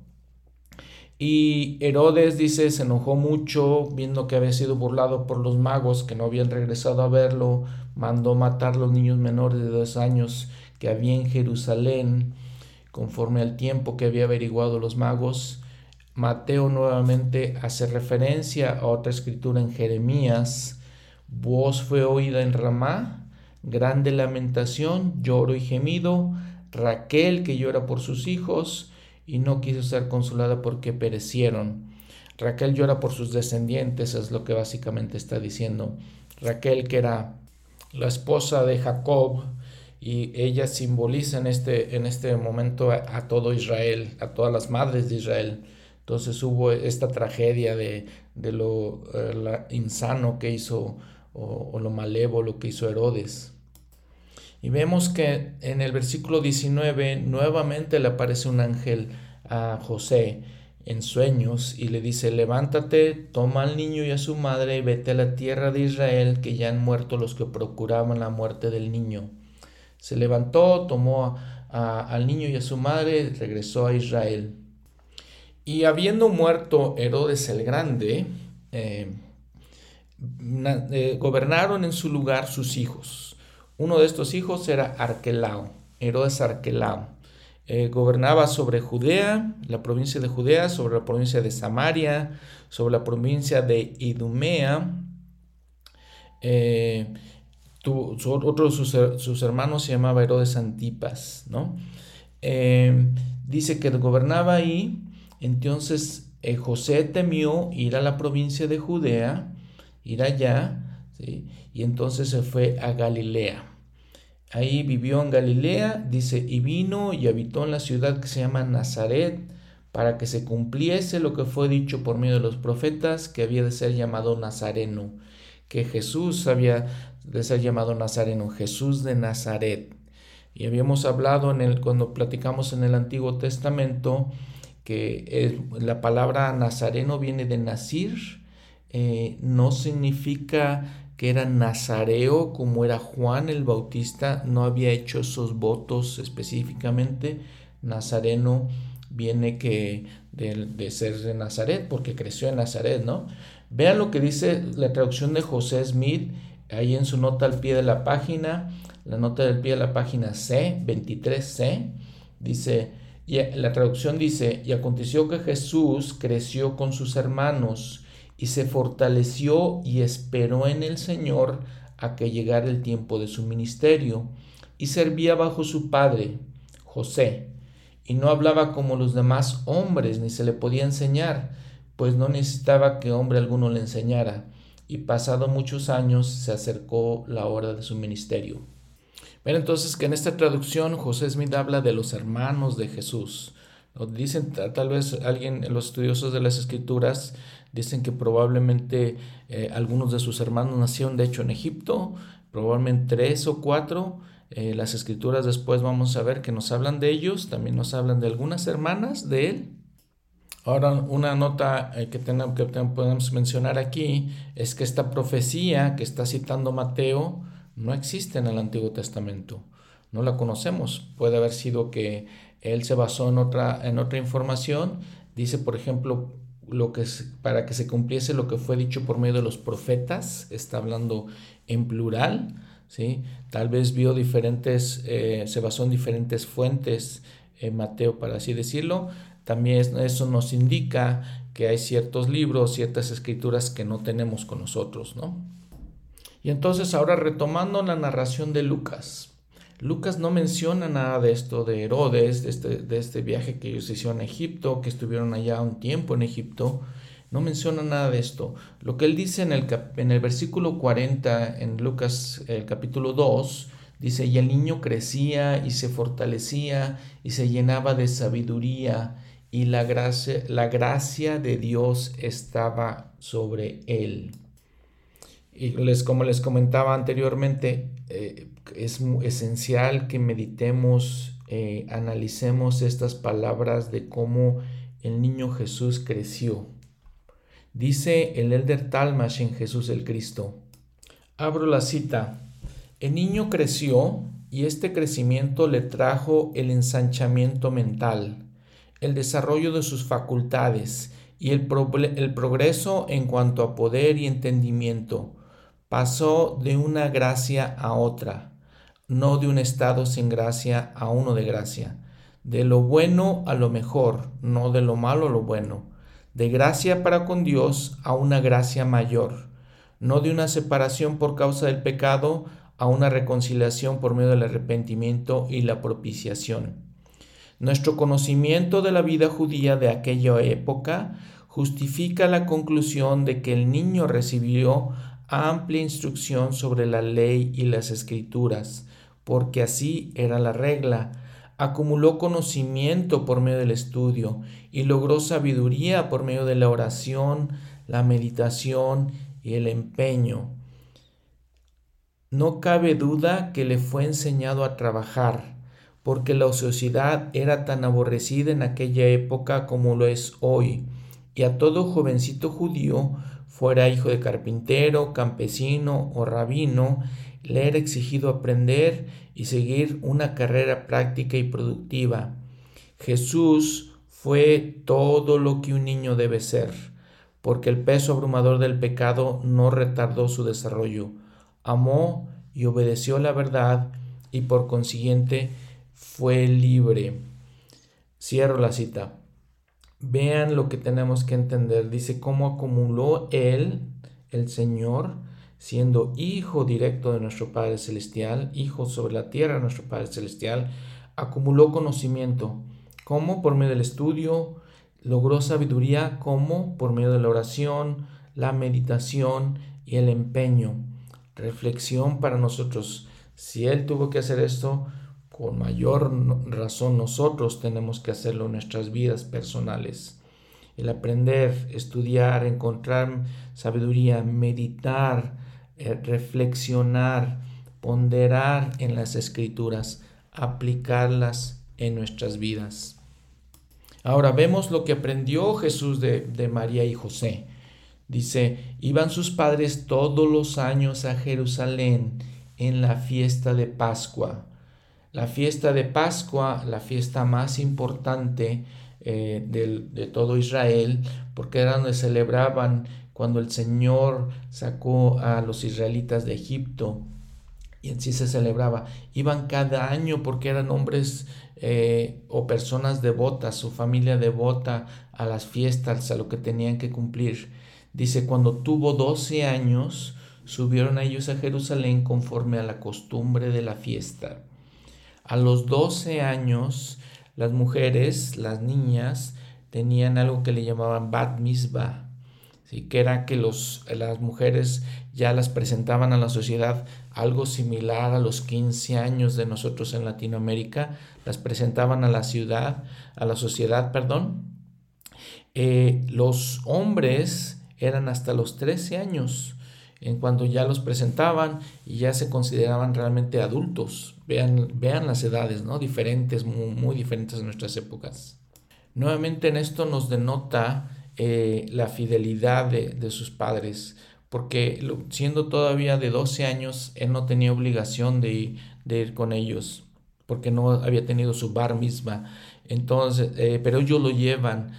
Y Herodes, dice, se enojó mucho viendo que había sido burlado por los magos que no habían regresado a verlo. Mandó matar los niños menores de 2 años que había en Jerusalén, conforme al tiempo que había averiguado los magos. Mateo nuevamente hace referencia a otra escritura en Jeremías: voz fue oída en Ramá, grande lamentación, lloro y gemido, Raquel que llora por sus hijos y no quiso ser consolada porque perecieron. Raquel llora por sus descendientes, es lo que básicamente está diciendo. Raquel, que era la esposa de Jacob, y ella simboliza en este momento a todo Israel, a todas las madres de Israel. Entonces hubo esta tragedia de lo insano que hizo, o lo malévolo que hizo Herodes. Y vemos que en el versículo 19 nuevamente le aparece un ángel a José en sueños y le dice: levántate, toma al niño y a su madre y vete a la tierra de Israel, que ya han muerto los que procuraban la muerte del niño. Se levantó, tomó al niño y a su madre, regresó a Israel. Y habiendo muerto Herodes el Grande, gobernaron en su lugar sus hijos. Uno de estos hijos era Arquelao, Herodes Arquelao. Gobernaba sobre Judea, la provincia de Judea, sobre la provincia de Samaria, sobre la provincia de Idumea, eh, otro de sus hermanos se llamaba Herodes Antipas, ¿no? Dice que gobernaba ahí. Entonces José temió ir a la provincia de Judea, ir allá, ¿sí? Y entonces se fue a Galilea. Ahí vivió en Galilea, dice, y vino y habitó en la ciudad que se llama Nazaret, para que se cumpliese lo que fue dicho por medio de los profetas, que había de ser llamado Nazareno, que Jesús había de ser llamado Nazareno, Jesús de Nazaret. Y habíamos hablado cuando platicamos en el Antiguo Testamento que la palabra Nazareno viene de Nazir, no significa que era nazareo como era Juan el Bautista, no había hecho esos votos específicamente. Nazareno viene de ser de Nazaret, porque creció en Nazaret, ¿no? Vean lo que dice la traducción de José Smith, ahí en su nota al pie de la página, la nota del pie de la página C, 23C, dice, y la traducción dice, y aconteció que Jesús creció con sus hermanos, y se fortaleció y esperó en el Señor a que llegara el tiempo de su ministerio, y servía bajo su padre, José, y no hablaba como los demás hombres, ni se le podía enseñar, pues no necesitaba que hombre alguno le enseñara, y pasado muchos años se acercó la hora de su ministerio. Ven entonces que en esta traducción José Smith habla de los hermanos de Jesús. Dicen, tal vez los estudiosos de las escrituras dicen que probablemente algunos de sus hermanos nacieron de hecho en Egipto, probablemente 3 o 4. Las escrituras después vamos a ver que nos hablan de ellos, también nos hablan de algunas hermanas de él. Ahora, una nota que podemos mencionar aquí es que esta profecía que está citando Mateo no existe en el Antiguo Testamento. No la conocemos. Puede haber sido que él se basó en otra información. Dice, por ejemplo, para que se cumpliese lo que fue dicho por medio de los profetas. Está hablando en plural, ¿sí? Tal vez se basó en diferentes fuentes Mateo, para así decirlo. También eso nos indica que hay ciertos libros, ciertas escrituras que no tenemos con nosotros, ¿no? Y entonces ahora retomando la narración de Lucas. Lucas no menciona nada de esto de Herodes, de este viaje que ellos hicieron a Egipto, que estuvieron allá un tiempo en Egipto. No menciona nada de esto. Lo que él dice en el versículo 40, en Lucas capítulo 2, dice, y el niño crecía y se fortalecía y se llenaba de sabiduría y la gracia de Dios estaba sobre él. Y como les comentaba anteriormente, es esencial que meditemos, analicemos estas palabras de cómo el niño Jesús creció. Dice el Elder Talmash en Jesús el Cristo. Abro la cita. El niño creció y este crecimiento le trajo el ensanchamiento mental, el desarrollo de sus facultades y el progreso en cuanto a poder y entendimiento. Pasó de una gracia a otra, no de un estado sin gracia a uno de gracia, de lo bueno a lo mejor, no de lo malo a lo bueno, de gracia para con Dios a una gracia mayor, no de una separación por causa del pecado a una reconciliación por medio del arrepentimiento y la propiciación. Nuestro conocimiento de la vida judía de aquella época justifica la conclusión de que el niño recibió amplia instrucción sobre la ley y las escrituras, porque así era la regla. Acumuló conocimiento por medio del estudio y logró sabiduría por medio de la oración, la meditación y el empeño. No cabe duda que le fue enseñado a trabajar, porque la ociosidad era tan aborrecida en aquella época como lo es hoy, y a todo jovencito judío, fuera hijo de carpintero, campesino o rabino, le era exigido aprender y seguir una carrera práctica y productiva. Jesús fue todo lo que un niño debe ser, porque el peso abrumador del pecado no retardó su desarrollo. Amó y obedeció la verdad y por consiguiente fue libre. Cierro la cita. Vean lo que tenemos que entender. Dice cómo acumuló él, el Señor, siendo hijo directo de nuestro Padre Celestial, hijo sobre la tierra de nuestro Padre Celestial, acumuló conocimiento. ¿Cómo? Por medio del estudio. Logró sabiduría. ¿Cómo? Por medio de la oración, la meditación y el empeño. Reflexión para nosotros. Si Él tuvo que hacer esto, con mayor razón nosotros tenemos que hacerlo en nuestras vidas personales. El aprender, estudiar, encontrar sabiduría, meditar, reflexionar, ponderar en las Escrituras, aplicarlas en nuestras vidas. Ahora vemos lo que aprendió Jesús de María y José. Dice, iban sus padres todos los años a Jerusalén en la fiesta de Pascua. La fiesta de Pascua, la fiesta más importante de todo Israel, porque era donde celebraban cuando el Señor sacó a los israelitas de Egipto, y en sí se celebraba. Iban cada año porque eran hombres o personas devotas, su familia devota a las fiestas, a lo que tenían que cumplir. Dice, cuando tuvo 12 años, subieron a ellos a Jerusalén conforme a la costumbre de la fiesta. A los 12 años, las mujeres, las niñas, tenían algo que le llamaban bat mitzvah, ¿sí? Que era que las mujeres ya las presentaban a la sociedad, algo similar a los 15 años de nosotros en Latinoamérica, las presentaban a la sociedad, perdón. Los hombres eran hasta los 13 años, en cuanto ya los presentaban y ya se consideraban realmente adultos. Vean las edades, ¿no? Diferentes, muy diferentes en nuestras épocas. Nuevamente en esto nos denota la fidelidad de sus padres, porque siendo todavía de 12 años, él no tenía obligación de ir con ellos, porque no había tenido su bar mitzvah. Entonces, pero ellos lo llevan.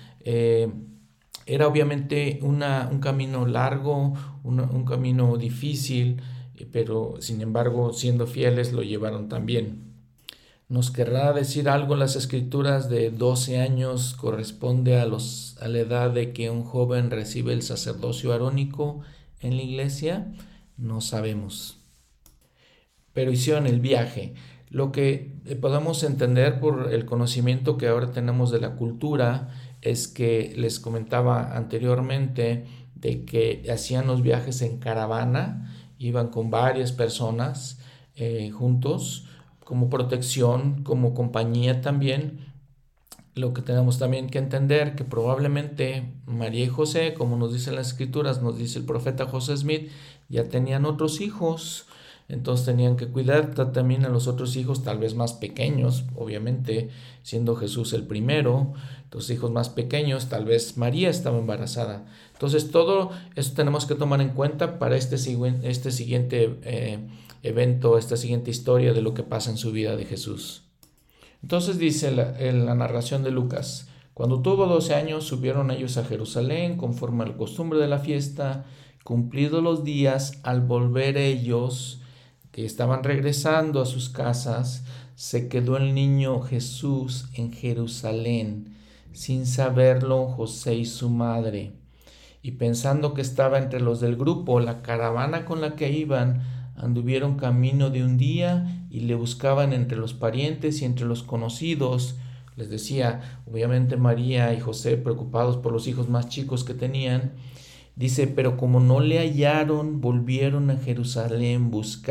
Era obviamente un camino largo, un camino difícil, pero sin embargo, siendo fieles, lo llevaron también. ¿Nos querrá decir algo las Escrituras de 12 años corresponde a la edad de que un joven recibe el sacerdocio arónico en la iglesia? No sabemos. Pero hicieron el viaje. Lo que podemos entender por el conocimiento que ahora tenemos de la cultura es que les comentaba anteriormente de que hacían los viajes en caravana, iban con varias personas juntos, como protección, como compañía también. Lo que tenemos también que entender que probablemente María y José, como nos dicen las Escrituras, nos dice el profeta José Smith, ya tenían otros hijos, entonces tenían que cuidar también a los otros hijos, tal vez más pequeños, obviamente, siendo Jesús el primero, los hijos más pequeños, tal vez María estaba embarazada. Entonces todo eso tenemos que tomar en cuenta para este siguiente evento, esta siguiente historia de lo que pasa en su vida de Jesús. Entonces dice en la narración de Lucas, cuando tuvo 12 años subieron ellos a Jerusalén conforme a la costumbre de la fiesta, cumplidos los días, al volver ellos, que estaban regresando a sus casas, se quedó el niño Jesús en Jerusalén, sin saberlo José y su madre. Y pensando que estaba entre los del grupo, la caravana con la que iban, anduvieron camino de un día y le buscaban entre los parientes y entre los conocidos. Les decía, obviamente María y José preocupados por los hijos más chicos que tenían. Dice, pero como no le hallaron, volvieron a Jerusalén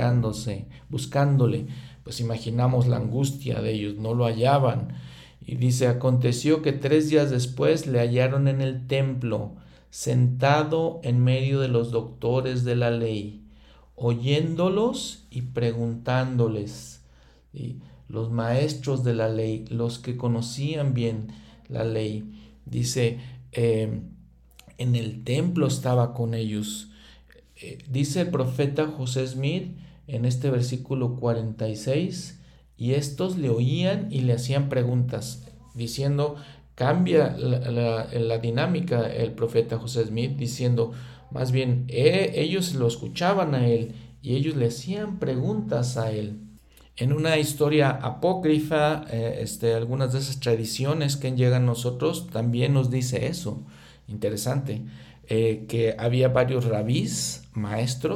buscándole. Pues imaginamos la angustia de ellos, no lo hallaban. Y dice, aconteció que 3 días después le hallaron en el templo, sentado en medio de los doctores de la ley, oyéndolos y preguntándoles. ¿Sí? Los maestros de la ley, los que conocían bien la ley. Dice, en el templo estaba con ellos. Dice el profeta José Smith en este versículo 46, y estos le oían y le hacían preguntas, diciendo, cambia la dinámica el profeta José Smith, diciendo, más bien, ellos lo escuchaban a él y ellos le hacían preguntas a él. En una historia apócrifa, algunas de esas tradiciones que llegan a nosotros, también nos dice eso. Interesante, que había varios rabís, maestros,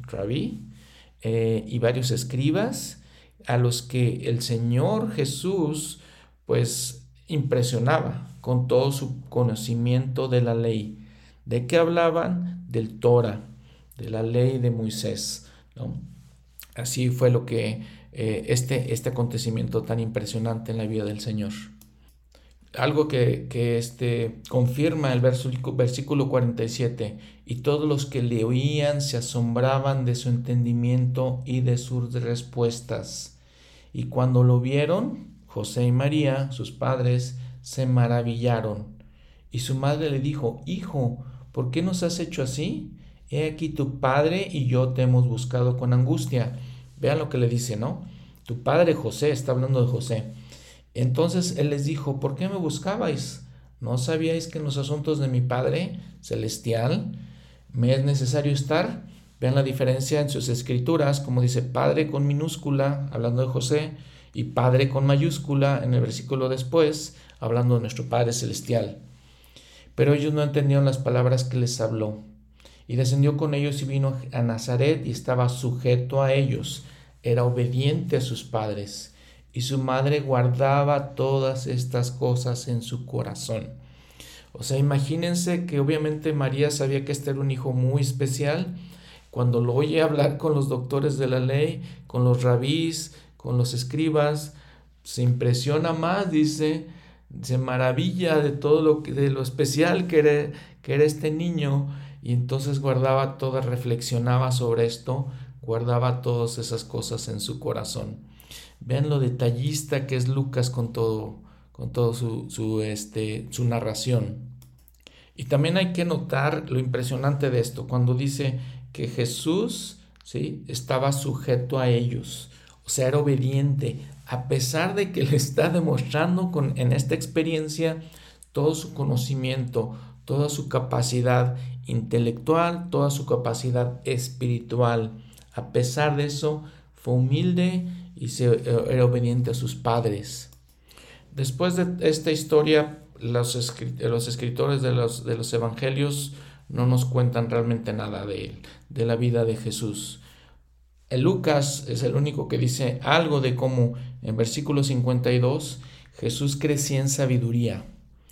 rabí, y varios escribas a los que el Señor Jesús pues impresionaba con todo su conocimiento de la ley. ¿De qué hablaban? Del Torah, de la ley de Moisés, ¿no? Así fue lo que este acontecimiento tan impresionante en la vida del Señor. Algo que confirma el versículo 47, y todos los que le oían se asombraban de su entendimiento y de sus respuestas. Y cuando lo vieron, José y María, sus padres, se maravillaron. Y su madre le dijo: Hijo, ¿por qué nos has hecho así? He aquí tu padre y yo te hemos buscado con angustia. Vean lo que le dice, ¿no? Tu padre José, está hablando de José. Entonces él les dijo: ¿por qué me buscabais? ¿No sabíais que en los asuntos de mi Padre Celestial me es necesario estar? Vean la diferencia en sus escrituras, como dice Padre con minúscula, hablando de José, y Padre con mayúscula en el versículo después, hablando de nuestro Padre Celestial. Pero ellos no entendieron las palabras que les habló. Y descendió con ellos y vino a Nazaret y estaba sujeto a ellos, era obediente a sus padres. Y su madre guardaba todas estas cosas en su corazón. O sea, imagínense que obviamente María sabía que este era un hijo muy especial. Cuando lo oye hablar con los doctores de la ley, con los rabís, con los escribas, se impresiona más, dice, se maravilla de todo de lo especial que era este niño, y entonces guardaba todas, reflexionaba sobre esto, guardaba todas esas cosas en su corazón. Vean lo detallista que es Lucas con todo su narración. Y también hay que notar lo impresionante de esto, cuando dice que Jesús, ¿sí?, estaba sujeto a ellos, o sea, era obediente, a pesar de que le está demostrando en esta experiencia todo su conocimiento, toda su capacidad intelectual, toda su capacidad espiritual. A pesar de eso, fue humilde y era obediente a sus padres. Después de esta historia, los escritores de los evangelios no nos cuentan realmente nada de él, de la vida de Jesús. Lucas es el único que dice algo de cómo en versículo 52 Jesús crecía en sabiduría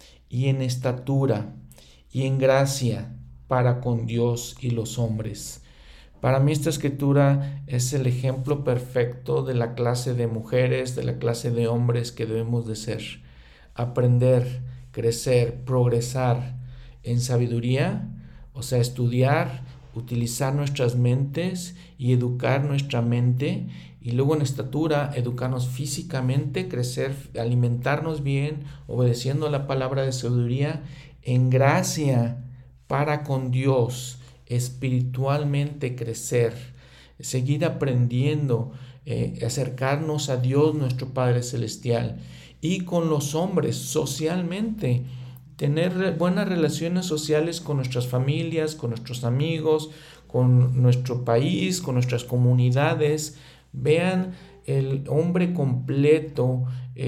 y en estatura y en gracia para con Dios y los hombres. Para mí esta escritura es el ejemplo perfecto de la clase de mujeres, de la clase de hombres que debemos de ser. Aprender, crecer, progresar en sabiduría, o sea, estudiar, utilizar nuestras mentes y educar nuestra mente, y luego en estatura, educarnos físicamente, crecer, alimentarnos bien, obedeciendo la palabra de sabiduría, en gracia para con Dios, espiritualmente crecer, seguir aprendiendo, acercarnos a Dios nuestro Padre Celestial, y con los hombres socialmente, tener buenas relaciones sociales con nuestras familias, con nuestros amigos, con nuestro país, con nuestras comunidades. Vean el hombre completo,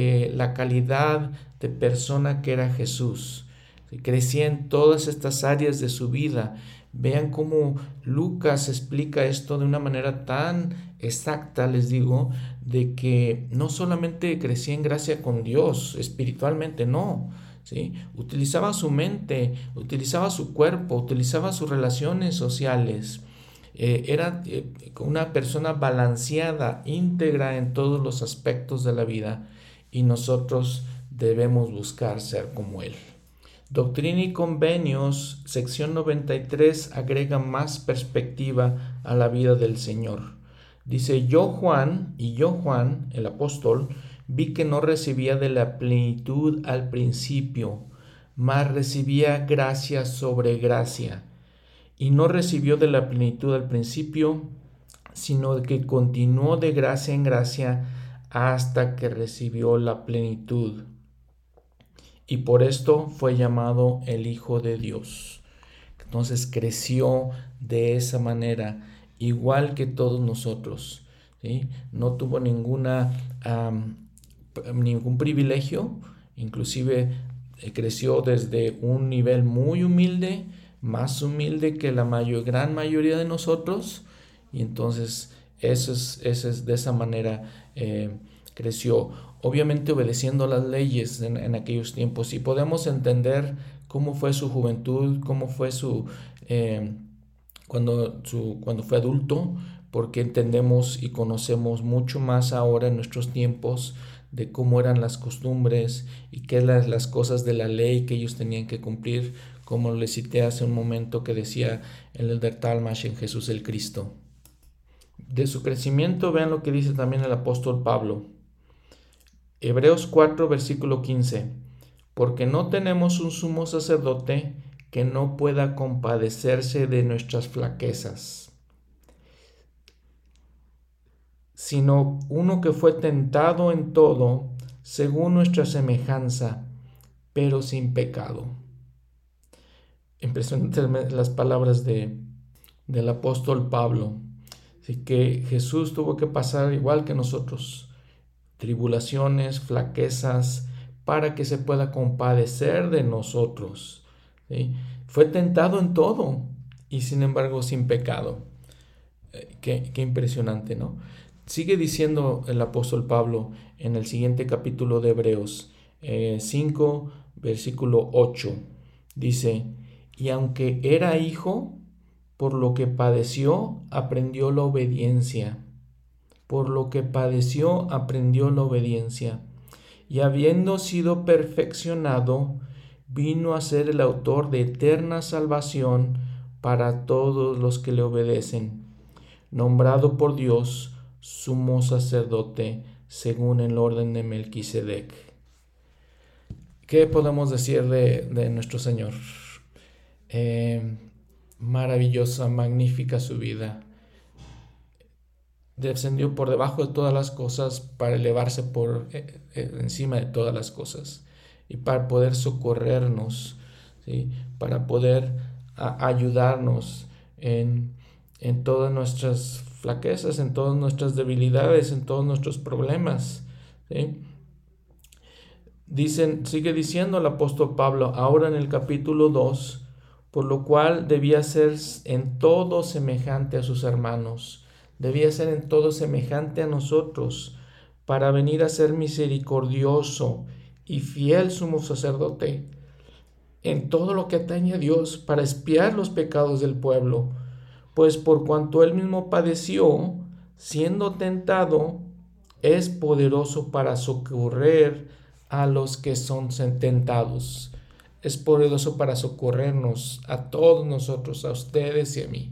la calidad de persona que era Jesús. Crecía en todas estas áreas de su vida. Vean cómo Lucas explica esto de una manera tan exacta, les digo, de que no solamente crecía en gracia con Dios espiritualmente, no, ¿sí? Utilizaba su mente, utilizaba su cuerpo, utilizaba sus relaciones sociales. Era una persona balanceada, íntegra en todos los aspectos de la vida, y nosotros debemos buscar ser como él. Doctrina y Convenios, sección 93, agrega más perspectiva a la vida del Señor. Dice: yo Juan, el apóstol, vi que no recibía de la plenitud al principio, mas recibía gracia sobre gracia. Y no recibió de la plenitud al principio, sino que continuó de gracia en gracia hasta que recibió la plenitud. Y por esto fue llamado el Hijo de Dios. Entonces creció de esa manera, igual que todos nosotros, ¿sí? No tuvo ningún privilegio, inclusive creció desde un nivel muy humilde, más humilde que la gran mayoría de nosotros, Y entonces de esa manera creció, obviamente obedeciendo las leyes en aquellos tiempos. Y podemos entender cómo fue su juventud, cómo fue eh, cuando fue adulto, porque entendemos y conocemos mucho más ahora en nuestros tiempos de cómo eran las costumbres y qué las cosas de la ley que ellos tenían que cumplir, como les cité hace un momento que decía el elder Talmash en Jesús el Cristo. De su crecimiento, vean lo que dice también el apóstol Pablo. Hebreos 4, versículo 15. Porque no tenemos un sumo sacerdote que no pueda compadecerse de nuestras flaquezas, sino uno que fue tentado en todo, según nuestra semejanza, pero sin pecado. Impresionantes las palabras del apóstol Pablo. Así que Jesús tuvo que pasar igual que nosotros, tribulaciones, flaquezas, para que se pueda compadecer de nosotros. ¿Sí? Fue tentado en todo y sin embargo sin pecado. Qué impresionante, ¿no? Sigue diciendo el apóstol Pablo en el siguiente capítulo de Hebreos 5, versículo 8. Dice, y aunque era hijo, por lo que padeció, aprendió la obediencia. Por lo que padeció, aprendió la obediencia. Y habiendo sido perfeccionado, vino a ser el autor de eterna salvación para todos los que le obedecen, nombrado por Dios sumo sacerdote según el orden de Melquisedec. ¿Qué podemos decir de nuestro Señor? Maravillosa, magnífica su vida. Descendió por debajo de todas las cosas para elevarse por encima de todas las cosas y para poder socorrernos, ¿sí? Para poder ayudarnos en todas nuestras flaquezas, en todas nuestras debilidades, en todos nuestros problemas, ¿sí? Sigue diciendo el apóstol Pablo ahora en el capítulo 2, por lo cual debía ser en todo semejante a sus hermanos, debía ser en todo semejante a nosotros, para venir a ser misericordioso y fiel sumo sacerdote en todo lo que atañe a Dios, para expiar los pecados del pueblo, pues por cuanto él mismo padeció, siendo tentado, es poderoso para socorrer a los que son tentados. Es poderoso para socorrernos a todos nosotros, a ustedes y a mí.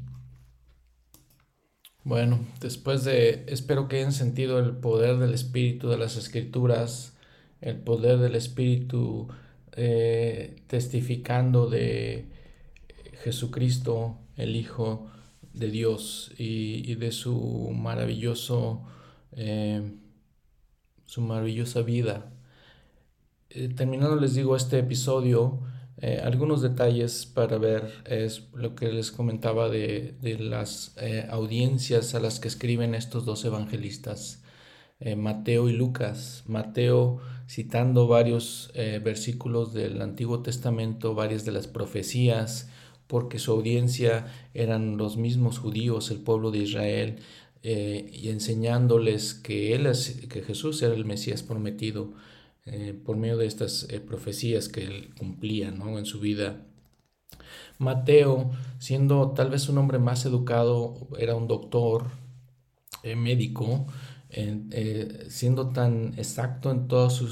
Bueno, espero que hayan sentido el poder del Espíritu de las Escrituras, el poder del Espíritu testificando de Jesucristo, el Hijo de Dios, y de su maravillosa vida. Terminando les digo este episodio, algunos detalles para ver es lo que les comentaba de las audiencias a las que escriben estos dos evangelistas, Mateo y Lucas. Mateo citando varios versículos del Antiguo Testamento, varias de las profecías, porque su audiencia eran los mismos judíos, el pueblo de Israel, y enseñándoles que Jesús era el Mesías prometido, por medio de estas profecías que él cumplía, ¿no?, en su vida. Mateo, siendo tal vez un hombre más educado, era un doctor, médico, siendo tan exacto en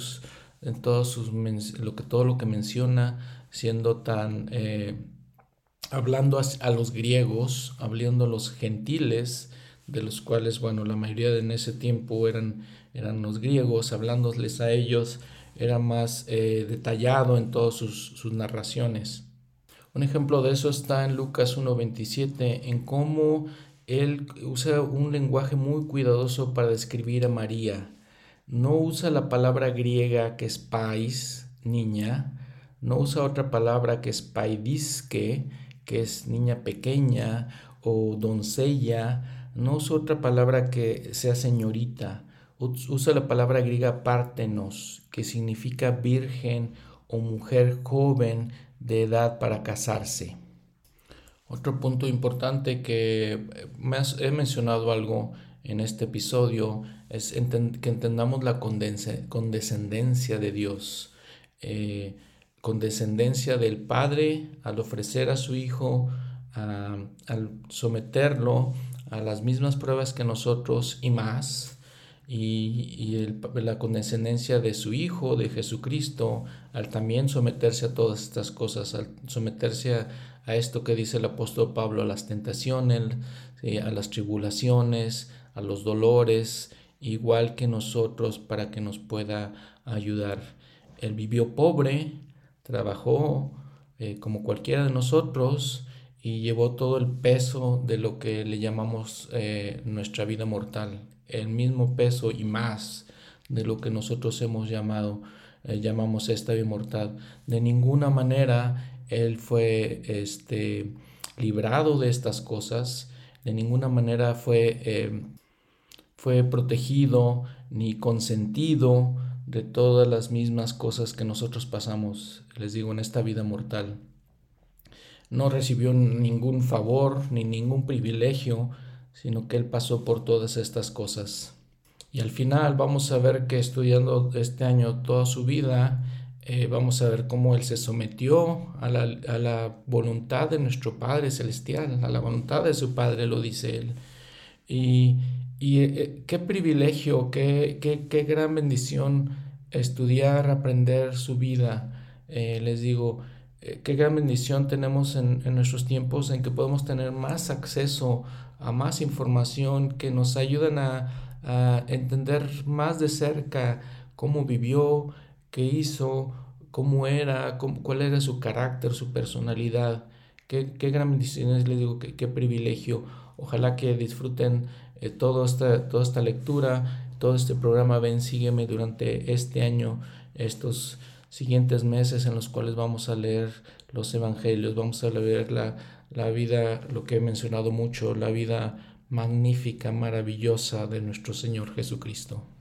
todo lo que menciona, siendo tan hablando a los griegos, hablando a los gentiles, de los cuales, bueno, la mayoría en ese tiempo eran los griegos, hablándoles a ellos, era más detallado en todas sus narraciones. Un ejemplo de eso está en Lucas 1:27, en cómo él usa un lenguaje muy cuidadoso para describir a María. No usa la palabra griega que es pais, niña, no usa otra palabra que es paidisque, que es niña pequeña, o doncella, no usa otra palabra que sea señorita, usa la palabra griega partenos, que significa virgen o mujer joven de edad para casarse. Otro punto importante que he mencionado algo en este episodio es que entendamos la condescendencia de Dios. Eh, Condescendencia del Padre al ofrecer a su Hijo, al someterlo a las mismas pruebas que nosotros y más, la condescendencia de su Hijo, de Jesucristo, al también someterse a todas estas cosas, al someterse a esto que dice el apóstol Pablo, a las tentaciones, ¿sí?, a las tribulaciones, a los dolores, igual que nosotros, para que nos pueda ayudar. Él vivió pobre, trabajó como cualquiera de nosotros y llevó todo el peso de lo que le llamamos nuestra vida mortal, el mismo peso y más de lo que nosotros llamamos esta vida mortal. De ninguna manera él fue librado de estas cosas, de ninguna manera fue protegido ni consentido de todas las mismas cosas que nosotros pasamos, les digo, en esta vida mortal. No recibió ningún favor ni ningún privilegio, sino que él pasó por todas estas cosas. Y al final vamos a ver que estudiando este año toda su vida, vamos a ver cómo él se sometió a la voluntad de nuestro Padre Celestial, a la voluntad de su Padre, lo dice él. Y, qué privilegio, qué gran bendición estudiar, aprender su vida. Les digo, qué gran bendición tenemos en nuestros tiempos en que podemos tener más acceso a más información que nos ayudan a entender más de cerca cómo vivió, qué hizo, cómo era, cuál era su carácter, su personalidad. Qué gran bendición es, les digo, qué privilegio. Ojalá que disfruten toda esta lectura, todo este programa Ven, Sígueme durante este año, estos siguientes meses en los cuales vamos a leer los evangelios, vamos a leer la vida, lo que he mencionado mucho, la vida magnífica, maravillosa de nuestro Señor Jesucristo.